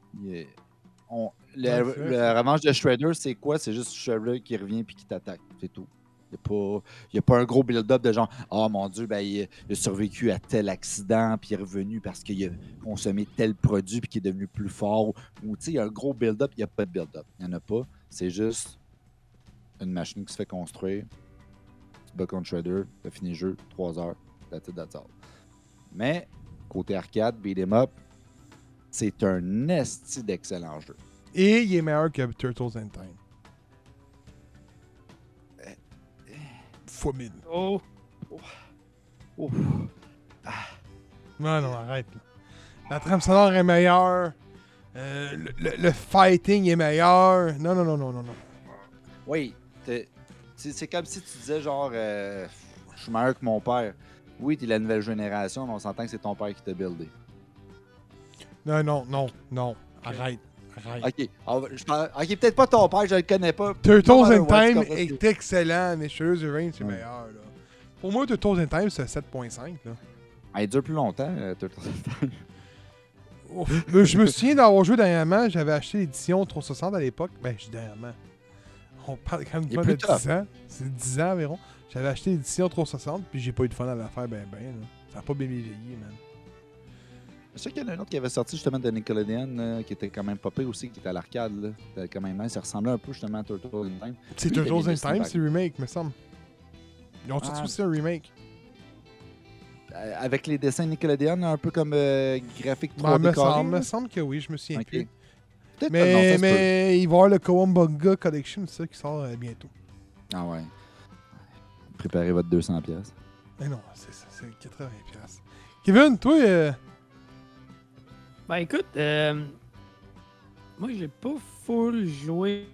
Le revanche de Shredder, c'est quoi? C'est juste Shredder qui revient puis qui t'attaque. C'est tout. Il n'y a pas un gros build-up de genre « Oh mon Dieu, ben, il a survécu à tel accident puis il est revenu parce qu'il a consommé tel produit puis qu'il est devenu plus fort. » Ou tu sais, il y a un gros build-up, il n'y a pas de build-up. Il n'y en a pas. C'est juste une machine qui se fait construire. Tu bats contre Shredder, tu as fini le jeu, 3 heures, that's all. Mais, côté arcade, beat 'em up, c'est un esti d'excellent jeu. Et il est meilleur que Turtles in Time. Fois 1000. Oh! Non, arrête. Là. La trame sonore est meilleure. Le fighting est meilleur. Non. Oui, c'est comme si tu disais genre je suis meilleur que mon père. Oui, t'es la nouvelle génération, mais on s'entend que c'est ton père qui t'a buildé. Non. Arrête. Ok, ok, peut-être pas ton père, je le connais pas. Turtles in Time est excellent, mais Shredder's Revenge, c'est meilleur. Là. Pour moi, Turtles in Time, c'est 7.5. Il dure plus longtemps, Turtles in Time. Mais je me souviens d'avoir joué dernièrement. J'avais acheté l'édition 360 à l'époque. Ben, je dis dernièrement. On parle quand même de 10 ans. C'est 10 ans environ. J'avais acheté l'édition 360, puis j'ai pas eu de fun à la faire, ben. Ça n'a pas bien vieilli, man. Je sais qu'il y en a un autre qui avait sorti justement de Nickelodeon, qui était quand même popé aussi, qui était à l'arcade. Là. C'était quand même nice. Ça ressemblait un peu justement à Turtles in Time. C'est Turtles in Time, c'est remake, me semble. Ils ont sorti aussi un remake. Avec les dessins Nickelodeon, un peu comme graphique 3D carré. Me semble que oui, je me souviens plus. Peut-être mais il va y avoir le Kawabunga Collection, ça, qui sort bientôt. Ah ouais. Préparez votre 200$. Mais non, c'est 80$. Kevin, toi... Ben écoute, moi j'ai pas full joué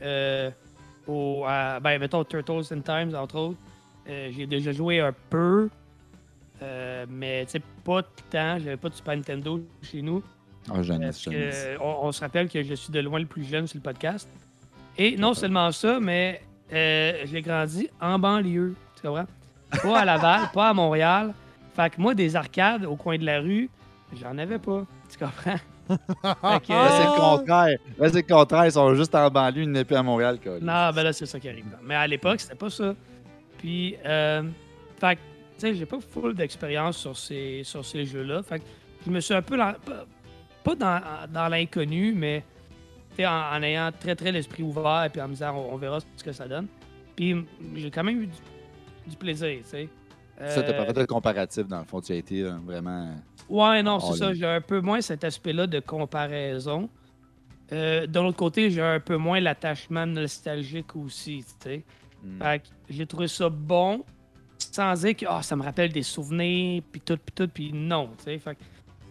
mettons Turtles in Time, entre autres. J'ai déjà joué un peu, mais tu sais, pas tout le temps. J'avais pas de Super Nintendo chez nous. Ah, jeunesse. On se rappelle que je suis de loin le plus jeune sur le podcast. Et non seulement ça, mais j'ai grandi en banlieue, tu comprends? Pas à Laval, pas à Montréal. Fait que moi, des arcades au coin de la rue, j'en avais pas. Tu comprends? Là, c'est le contraire. Là, c'est le contraire. Ils sont juste en banlieue, ils n'étaient plus à Montréal. Quoi. Non, ben là, c'est ça qui arrive. Mais à l'époque, c'était pas ça. Puis, fait que, tu sais, j'ai pas full d'expérience sur ces jeux-là. Fait que je me suis un peu... pas dans l'inconnu, mais en ayant très, très l'esprit ouvert et puis en me disant, on verra ce que ça donne. Puis, j'ai quand même eu du plaisir, tu sais. Ça, t'as pas fait de comparatif, dans le fond. Tu as été vraiment... Ouais, non, c'est ça. J'ai un peu moins cet aspect-là de comparaison. De l'autre côté, j'ai un peu moins l'attachement nostalgique aussi, tu sais. Fait que j'ai trouvé ça bon, sans dire que ça me rappelle des souvenirs, puis tout, puis non, tu sais. Fait que...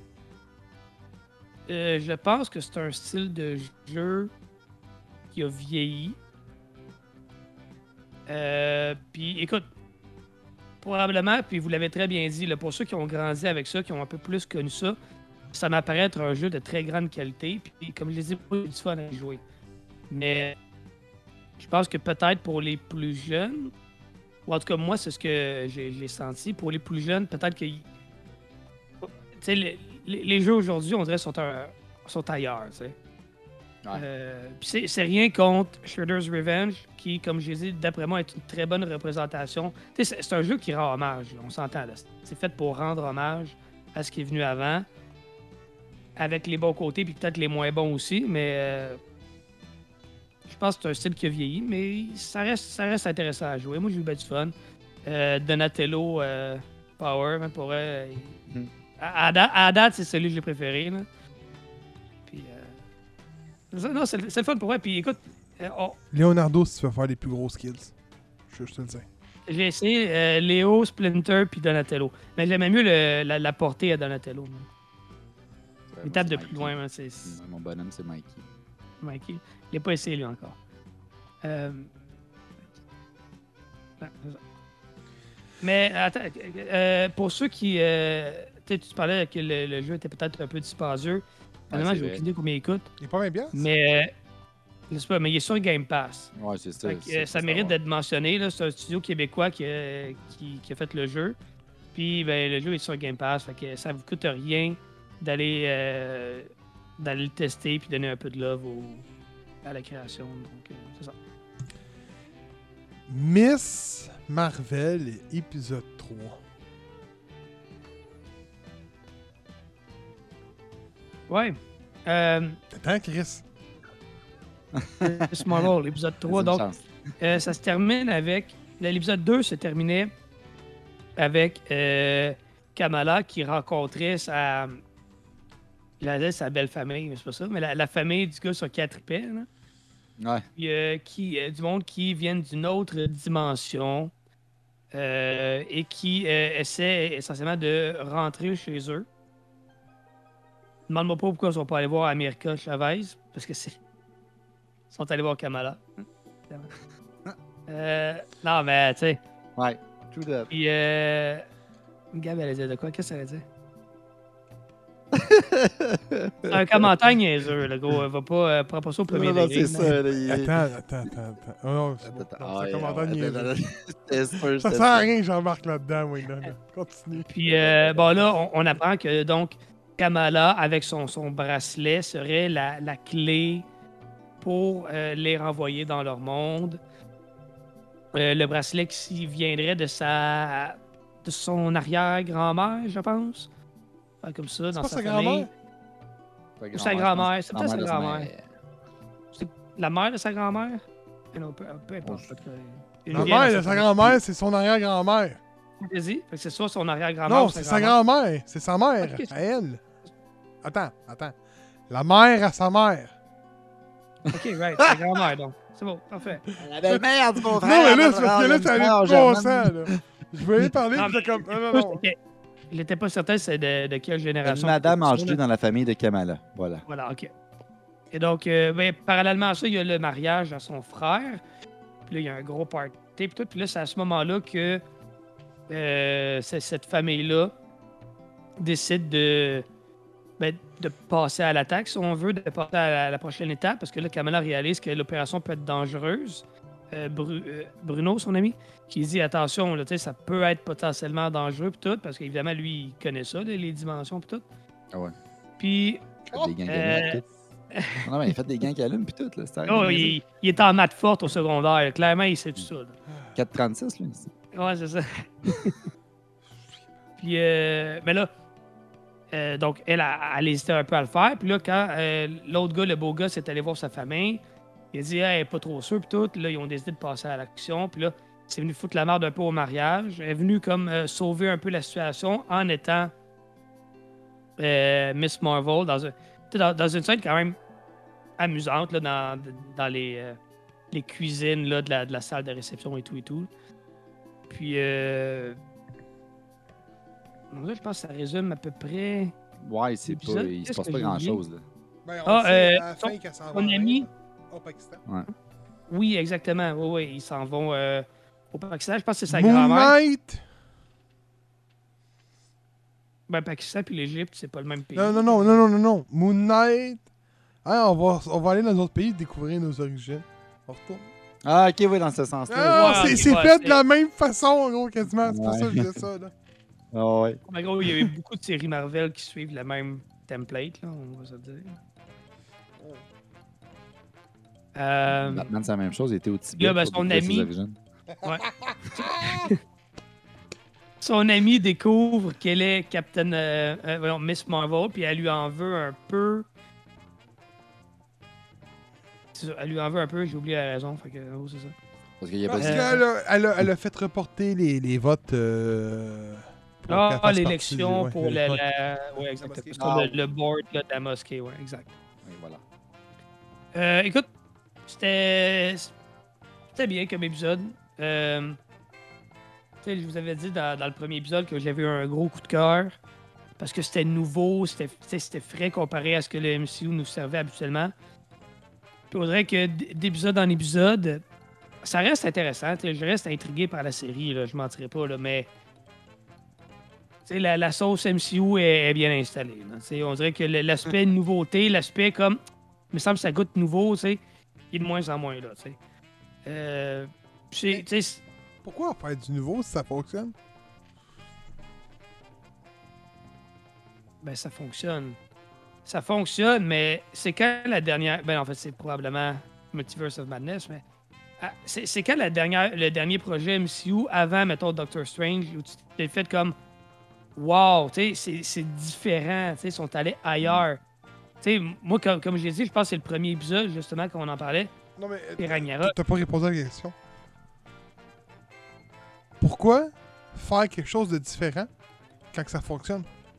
je pense que c'est un style de jeu qui a vieilli. Puis écoute, probablement, puis vous l'avez très bien dit, là, pour ceux qui ont grandi avec ça, qui ont un peu plus connu ça, ça m'apparaît être un jeu de très grande qualité. Puis comme je l'ai dit, pas du fun à jouer. Mais je pense que peut-être pour les plus jeunes, ou en tout cas moi, c'est ce que j'ai senti, pour les plus jeunes, peut-être que... Tu sais, les jeux aujourd'hui, on dirait, sont ailleurs, tu sais. Puis c'est rien contre Shredder's Revenge, qui, comme je l'ai dit, d'après moi, est une très bonne représentation. C'est un jeu qui rend hommage, là, on s'entend. C'est fait pour rendre hommage à ce qui est venu avant, avec les bons côtés, puis peut-être les moins bons aussi, mais je pense que c'est un style qui a vieilli, mais ça reste intéressant à jouer. Moi, j'ai eu bien du fun. Donatello, Power, mais pour vrai, Mhm. à date, c'est celui que j'ai préféré. Là. Puis, non, c'est le fun pour vrai. Puis écoute, Leonardo, si tu veux faire les plus gros skills. Je te le dis. j'ai essayé Léo, Splinter, puis Donatello. Mais j'aimais mieux la portée à Donatello. Man. Il tape de plus loin, man, c'est Mon bonhomme, c'est Mikey. Mikey. Il n'a pas essayé, lui, encore. Ouais, c'est ça. Mais attends, pour ceux qui. Tu parlais que le jeu était peut-être un peu dispendieux. Honnêtement, c'est j'ai vrai. aucune idée combien il coûte. Il est pas bien bien. Mais. Je sais pas, mais il est sur Game Pass. Ouais, c'est ça. Fait que, ça mérite d'être mentionné. Là. C'est un studio québécois qui a fait le jeu. Puis ben, le jeu est sur Game Pass. Fait que ça vous coûte rien d'aller le tester puis donner un peu de love à la création. Donc, c'est ça. Miss Marvel, épisode 3. Ouais. Attends, Chris. Miss Marvel, l'épisode 3. Donc, ça se termine avec. L'épisode 2 se terminait avec Kamala qui rencontrait sa belle famille, mais c'est pas ça, mais la famille du gars sur qui elle tripait, là. Ouais. Du monde qui viennent d'une autre dimension et qui essaie essentiellement de rentrer chez eux. Demande-moi pas pourquoi ils sont pas allés voir America Chavez, parce que ils sont allés voir Kamala. Non, mais tu sais. Ouais. True that. Puis, Gab, elle disait de quoi? Qu'est-ce qu'elle allait dire? C'est un commentaire niaiseux, le gros. Prends pas ça au premier Non, degré. c'est ça. Là, Attends. Oh non, c'est bon. Non, c'est un commentaire niaiseux. C'était sûr. Ça sert à rien que j'embarque là-dedans, oui. Là. Continue. Puis, bon, là, on apprend que, donc, Kamala, avec son bracelet, serait la clé pour les renvoyer dans leur monde. Le bracelet qui viendrait de son arrière-grand-mère, je pense. Enfin, comme ça, dans pas sa sa famille. grand-mère? Ou sa grand-mère. C'est peut-être sa grand-mère. C'est la mère de sa grand-mère? Non, peu importe. La mère de sa grand-mère, c'est son arrière-grand-mère. Vas-y. Fait que c'est soit son arrière-grand-mère Non, ou c'est sa grand-mère. C'est sa mère, Ok. à elle. Attends. La mère à sa mère. Ok, right. Sa grand-mère, donc. C'est bon, parfait. La belle-mère du beau Non, mais là, c'est parce que là, ça allait de bon sens, là. Je voulais parler, Non, puis j'étais comme... Non. Il était pas certain c'est de quelle génération. Madame c'était ça, Angelou là. dans la famille de Kamala. Voilà. Voilà, ok. Et donc, parallèlement à ça, il y a le mariage à son frère. Puis là, il y a un gros party. Puis tout. Puis là, c'est à ce moment-là que cette famille-là décide de passer à l'attaque, si on veut, de passer à la prochaine étape. Parce que là, Kamala réalise que l'opération peut être dangereuse. Bruno, son ami, qui dit attention, là, ça peut être potentiellement dangereux puis tout, parce qu'évidemment, lui, il connaît ça, les dimensions puis tout. Ah ouais. Puis, Il fait des gangs d'allumes, tout. Non, mais il fait des gangs qui allument puis tout. Là. C'est il est en maths forte au secondaire. Clairement, il sait tout ça. Là. 4,36, lui. Ouais, c'est ça. Puis, mais là, donc, elle hésitait un peu à le faire. Puis là, quand l'autre gars, le beau gars, s'est allé voir sa famille, il a dit, hey, pas trop sûr, puis tout. Là, ils ont décidé de passer à l'action. Puis là, c'est venu foutre la merde un peu au mariage. Elle est venue comme sauver un peu la situation en étant Miss Marvel dans une scène quand même amusante là, dans les cuisines là, de la salle de réception et tout. Puis, je pense que ça résume à peu près. Ouais, c'est pas, il se passe pas grand-chose. Là. Ben, on sait à la fin qu'elle s'en va Son ami. au Pakistan. Ouais. Oui, exactement. Oui, ils s'en vont au Pakistan. Je pense que c'est sa Moon grand-mère. Knight! Ben, Pakistan puis l'Égypte, c'est pas le même pays. Non. Moon Knight. Hein, on va aller dans d'autres pays découvrir nos origines. On retourne. Ah, ok, oui, dans ce sens-là. Ah, Ouais, c'est ouais, fait c'est- de la même façon, gros, quasiment. C'est pour Ouais. ça que je disais ça, là. Ah, ouais. En gros, il y a eu beaucoup de séries Marvel qui suivent le même template, là, on va se dire. Batman, c'est la même chose. Il était au Tibet. là, ben, pour son découvrir ses ami- origines. Son ami découvre qu'elle est Miss Marvel, puis elle lui en veut un peu. C'est ça, elle lui en veut un peu, j'ai oublié la raison, fait que c'est ça. Parce qu'il y a pas Parce dit. qu'elle a fait reporter les votes qu'elle fasse l'élection partie, pour ouais. Ouais, exactement. mosquée. Pour le board là, de la mosquée, ouais, exact. Oui, voilà. Écoute, c'était bien comme épisode. Tu sais, je vous avais dit dans le premier épisode que j'avais eu un gros coup de cœur parce que c'était nouveau, c'était frais comparé à ce que le MCU nous servait habituellement. Puis on dirait que d'épisode en épisode, ça reste intéressant. Tu sais, je reste intrigué par la série, là, je mentirais pas, là, mais tu sais, la sauce MCU est bien installée. Là. Tu sais, on dirait que l'aspect nouveauté, l'aspect comme, il me semble que ça goûte nouveau, tu sais, il est de moins en moins là. Tu sais. Tu sais, Pourquoi faire du nouveau si ça fonctionne? ben ça fonctionne. Ça fonctionne, mais c'est quand la dernière. Ben en fait, c'est probablement Multiverse of Madness, mais c'est quand le dernier projet MCU avant, mettons, Doctor Strange, où tu t'es fait comme wow, tu sais, c'est différent, tu sais, ils sont allés ailleurs. Tu sais, moi, comme je l'ai dit, je pense que c'est le premier épisode, justement, qu'on en parlait. Non, mais Et Ragnarok. t'as pas répondu à la question. Pourquoi faire quelque chose de différent quand que ça fonctionne?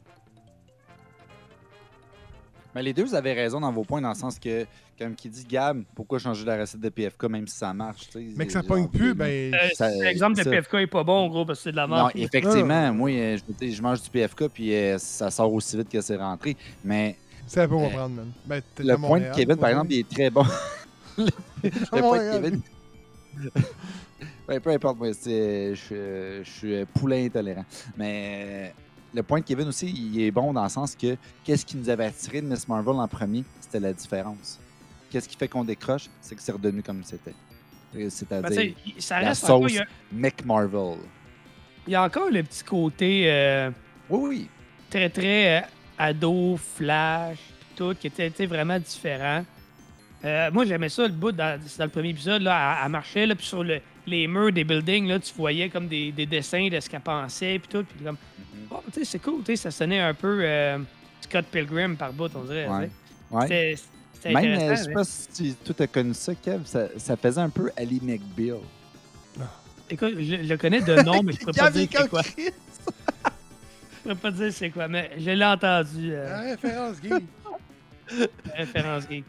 Mais les deux, vous avez raison dans vos points, dans le sens que, comme qui dit Gab, pourquoi changer la recette de PFK même si ça marche? Tu sais, Mais que ça genre, pogne plus, ben. ça- L'exemple de ça- PFK est pas bon, gros, parce que c'est de la Non, merde. effectivement, moi, je mange du PFK, puis ça sort aussi vite que c'est rentré. Mais Ça va pas prendre, man. Ben, t'es le à point Montréal, de Kevin, par toi, exemple, il est très bon. Le point de Montréal. Kevin. Ouais, peu importe, moi, je suis poulain intolérant. Mais le point de Kevin aussi, il est bon dans le sens que qu'est-ce qui nous avait attiré de Miss Marvel en premier, c'était la différence. Qu'est-ce qui fait qu'on décroche, c'est que c'est redevenu comme c'était. Ben, C'est-à-dire tu sais, ça la reste encore. sauce Mec Marvel. Il y a encore le petit côté Oui. très, très ado, flash, tout, qui était tu sais, vraiment différent. Moi, j'aimais ça, le bout, dans le premier épisode, là, elle marchait, là, puis sur les murs des buildings, là, tu voyais comme des dessins de ce qu'elle pensait, puis tout, puis comme, oh, tu sais, c'est cool, tu sais, ça sonnait un peu Scott Pilgrim par bout, on dirait. Ouais. Tu sais. Ouais. C'était Même, intéressant. je sais pas si tu as connu ça, Kev, ça faisait un peu Ali McBeal. Écoute, je le connais de nom, mais je pourrais pas dire c'est quoi. Je pourrais pas dire c'est quoi, mais je l'ai entendu. La référence gay. Référence geek.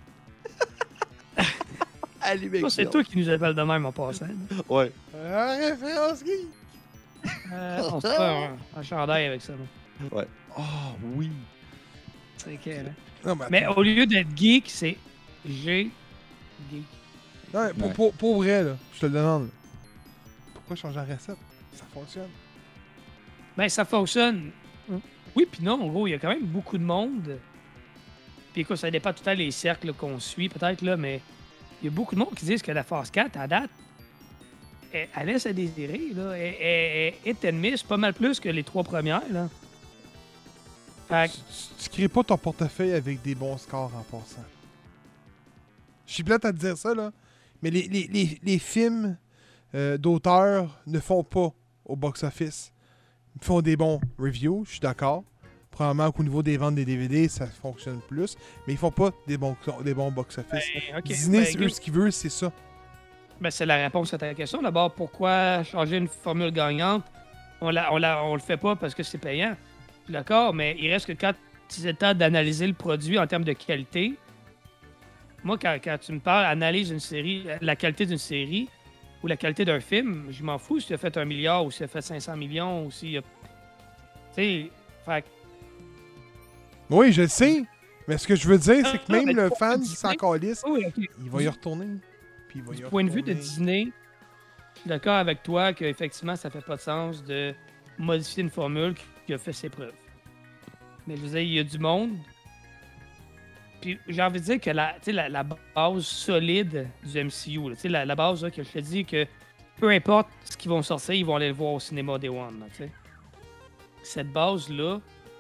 Ali Toi, c'est toi qui nous appelle de même en passant. Ouais. La référence gay. On se fait un chandail avec ça. Là. Ouais. Oh, oui. C'est quel, hein? Non, Mais attends. au lieu d'être geek, c'est G geek. Non, mais pour vrai, là, je te le demande. Là. Pourquoi changer la recette? Ça fonctionne. Ben, ça fonctionne. Oui, puis non, en gros, il y a quand même beaucoup de monde. Puis écoute, ça dépend tout le temps les cercles là, qu'on suit, peut-être, là, mais il y a beaucoup de monde qui disent que la phase 4, à date, elle laisse à désirer. Là. Elle hit and miss pas mal plus que les 3 premières. Là. Fait que, Tu crées pas ton portefeuille avec des bons scores en passant. Je suis plate à te dire ça, là. Mais les films d'auteurs ne font pas au box-office. Ils font des bons reviews, je suis d'accord. Probablement qu'au niveau des ventes des DVD, ça fonctionne plus. Mais ils font pas des bons box-office. ben, ok, Disney, ben, c'est eux, ce qu'ils veulent, c'est ça. ben, c'est la réponse à ta question. D'abord, pourquoi changer une formule gagnante? On le fait pas parce que c'est payant. Je suis d'accord, mais il reste que quand tu es temps d'analyser le produit en termes de qualité, moi, quand tu me parles, analyse une série, la qualité d'une série ou la qualité d'un film, je m'en fous si tu as fait 1 milliard ou si tu as fait 500 millions ou si... Tu sais, fait que- Oui, je le sais. Mais ce que je veux dire, c'est que Ah, même mais le pour fan qui Disney- s'en calisse, oui, ok. il va y retourner. Puis il va y Du point de vue de retourner. Disney, je suis d'accord avec toi qu'effectivement, ça fait pas de sens de modifier une formule qui a fait ses preuves. Mais je veux dire, il y a du monde. Puis j'ai envie de dire que la base solide du MCU, là, tu sais, la base là, que je te dis que peu importe ce qu'ils vont sortir, ils vont aller le voir au cinéma Day One. Là, tu sais. Cette base-là,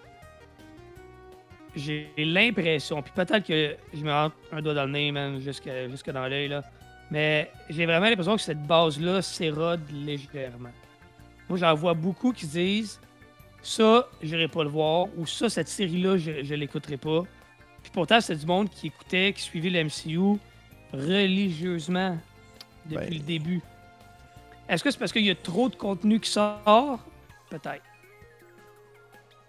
j'ai l'impression, puis peut-être que je me rentre un doigt dans le nez, man, jusque dans l'œil, là. Mais j'ai vraiment l'impression que cette base-là s'érode légèrement. Moi, j'en vois beaucoup qui disent ça, j'irai pas le voir, ou ça, cette série-là, je l'écouterai pas. Puis pourtant, c'est du monde qui écoutait, qui suivait le MCU religieusement depuis Ben. le début. Est-ce que c'est parce qu'il y a trop de contenu qui sort? Peut-être.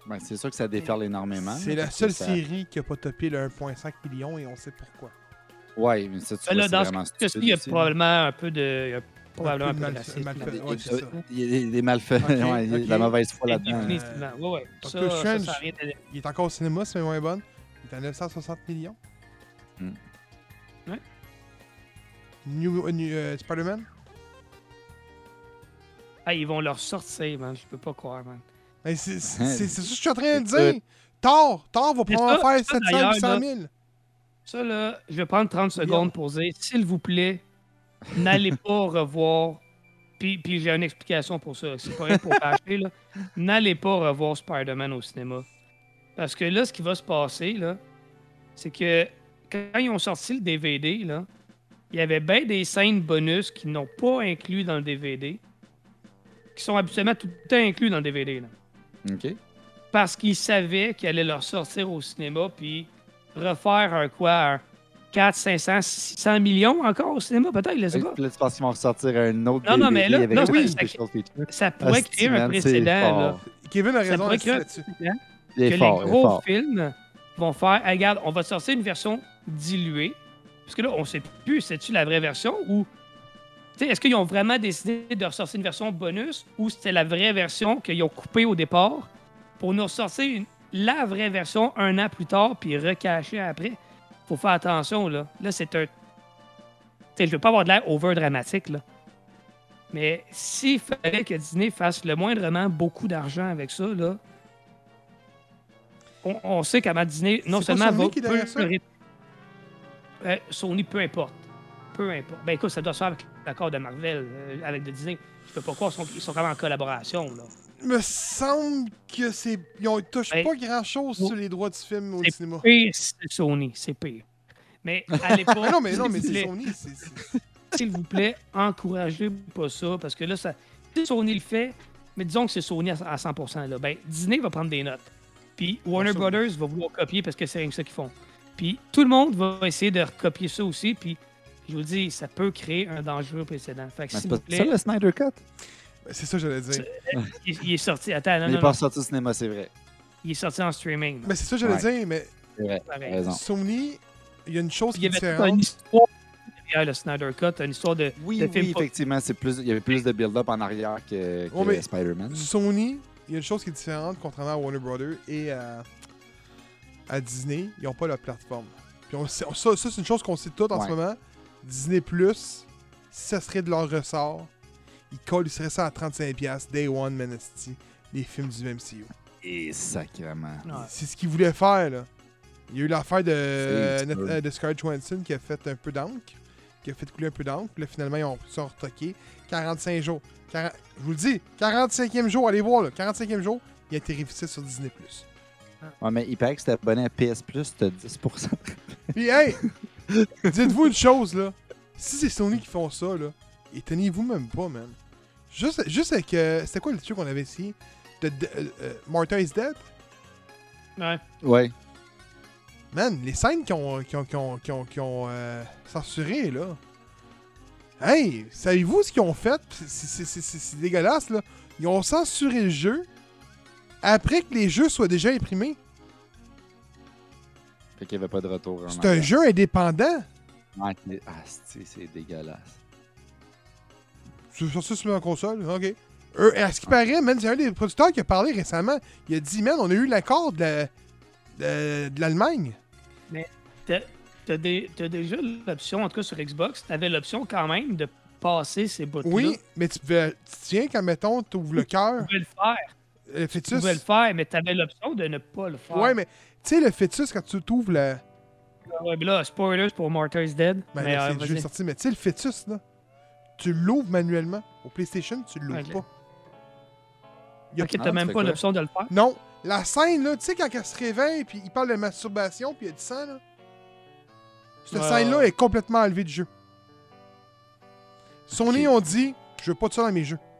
Ben, c'est sûr que ça déferle énormément. C'est la seule série qui a pas topé le 1,5 million et on sait pourquoi. Ouais, mais ça, tu vois, Là, c'est dans vraiment ce cas-ci, stupide il y a aussi. probablement un peu de. Il y a probablement Un un peu peu de de mal- racisme. mal- ouais, c'est ça. Il y a des malfaits. Ok, Ouais, il y a de la ok. mauvaise foi Et là-dedans. définitivement. Ouais. Doctor Strange, Ça a rien à- il est encore au cinéma, c'est moins bonne. Il est à 960 millions. Ouais. Spider-Man? Ah, ils vont leur sortir, man. Je peux pas croire, man. Ben, c'est ça que je suis en train de dire. Thor va Mais probablement faire ça, 700 d'ailleurs, 800 000. Ça, là, je vais prendre 30 secondes pour dire, s'il vous plaît, n'allez pas revoir. Puis j'ai une explication pour ça. C'est pas rien pour fâcher, là. N'allez pas revoir Spider-Man au cinéma. Parce que là, ce qui va se passer, là, c'est que quand ils ont sorti le DVD, là, il y avait bien des scènes bonus qui n'ont pas inclus dans le DVD, qui sont habituellement tout le temps inclus dans le DVD, là. OK. Parce qu'ils savaient qu'ils allaient leur sortir au cinéma, puis refaire un 4, 500, 600 millions encore au cinéma, peut-être, je sais pas. Puis là, tu penses qu'ils vont ressortir un autre Non, non, DVD mais là, avec là, un oui, special feature? Ça pourrait Asti, créer un man, c'est précédent, là. fort. Kevin a Ça raison pourrait créer un là-dessus. précédent Il est que fort, les il est gros fort. films vont faire, hey, regarde, on va sortir une version diluée. Parce que là, on sait plus, c'est-tu la vraie version ou. Tu sais, est-ce qu'ils ont vraiment décidé de ressortir une version bonus ou c'était la vraie version qu'ils ont coupée au départ pour nous ressortir la vraie version un an plus tard puis recacher après? Faut faire attention, là. Là, c'est un. Tu sais, je veux pas avoir de l'air over-dramatique, là. Mais s'il fallait que Disney fasse le moindrement beaucoup d'argent avec ça, là, on sait qu'à Disney, non C'est pas seulement Sony va. qui est derrière ça? Sony, peu importe. Peu importe. Ben écoute, ça doit se faire avec l'accord de Marvel, avec de Disney. Je peux pas croire qu'ils sont quand même en collaboration, là. Il me semble que c'est. Ils touchent Ben, pas grand-chose sur les droits du film au C'est cinéma. pire, c'est Sony, c'est pire. Mais à l'époque, Mais non, mais s'il vous c'est plaît, Sony. s'il vous plaît, encouragez pas ça, parce que là, si Sony le fait, mais disons que c'est Sony à 100%, là, ben Disney va prendre des notes. Puis Warner Absolument. Brothers va vouloir copier parce que c'est rien que ça qu'ils font. Puis tout le monde va essayer de recopier ça aussi, puis je vous dis, ça peut créer un dangereux précédent. Fait que Mais s'il c'est vous pas ça plaît, le Snyder Cut? C'est ça que j'allais dire. il est sorti. Attends, non, Il non, est pas non. sorti au cinéma, c'est vrai. Il est sorti en streaming. Mais c'est ça que j'allais dire, mais C'est vrai, Pareil. t'as raison. Sony, il y a une chose Puis qui il y est avait toute une différente. histoire derrière le Snyder Cut, une histoire de Oui, film oui, pas- effectivement, il y avait plus de build-up en arrière que Ouais, mais- Spider-Man. Sony, il y a une chose qui est différente, contrairement à Warner Brothers et à Disney, ils n'ont pas leur plateforme. Puis ça, c'est une chose qu'on sait toutes en ce Ouais. moment. Disney+, si ça serait de leur ressort, ils seraient ça à 35$, Day One, Manasty, les films du MCU. Et sacrément. Ouais. C'est ce qu'ils voulaient faire, là. Il y a eu l'affaire C'est absurde. de Scarlett Johansson qui a fait un peu d'encre, qui a fait couler un peu d'encre. Puis là, finalement, ils sont retoqués. 45 jours. Je vous le dis, 45e jour, allez voir, là. 45e jour, il a été révisé sur Disney+. Ouais, mais il paraît que c'était abonné à PS Plus, t'as 10%. Puis, hey! Dites-vous une chose, là. Si c'est Sony qui font ça, là, étonnez-vous même pas, man. Juste avec... c'était quoi le truc qu'on avait essayé? Martha is Dead? Ouais. Ouais. Man, les scènes qui ont censuré, là. Hey! Savez-vous ce qu'ils ont fait? C'est dégueulasse, là. Ils ont censuré le jeu après que les jeux soient déjà imprimés. Fait qu'il n'y avait pas de retour. en C'est un arrière. jeu indépendant. Ouais, c'est dégueulasse. C'est sorti sur ma console, ok. À ce qui paraît, man, c'est un des producteurs qui a parlé récemment. Il a dit, man, on a eu l'accord de l'Allemagne. T'as déjà l'option, en tout cas sur Xbox, t'avais l'option quand même de passer ces bouts-là. Oui, mais tu tiens quand, mettons, tu ouvres le cœur, Tu pouvais le faire. le Tu fœtus. pouvais le faire, mais t'avais l'option de ne pas le faire. Ouais, mais tu sais, le fœtus, quand tu t'ouvres le. Ouais, mais là, spoilers pour Martha's Dead. Ben, mais là, c'est le jeu vas-y. sorti, mais tu sais, le fœtus, là, tu l'ouvres manuellement. Au PlayStation, tu l'ouvres Ok. pas. Y a- Ok, Ah, t'as tu même fais pas quoi? l'option de le faire. Non, la scène, là, tu sais, quand elle se réveille puis il parle de masturbation puis il y a du sang, là. Cette Ouais, scène-là ouais. est complètement enlevée du jeu. Sony Ok. ont dit, je veux pas de ça dans mes jeux.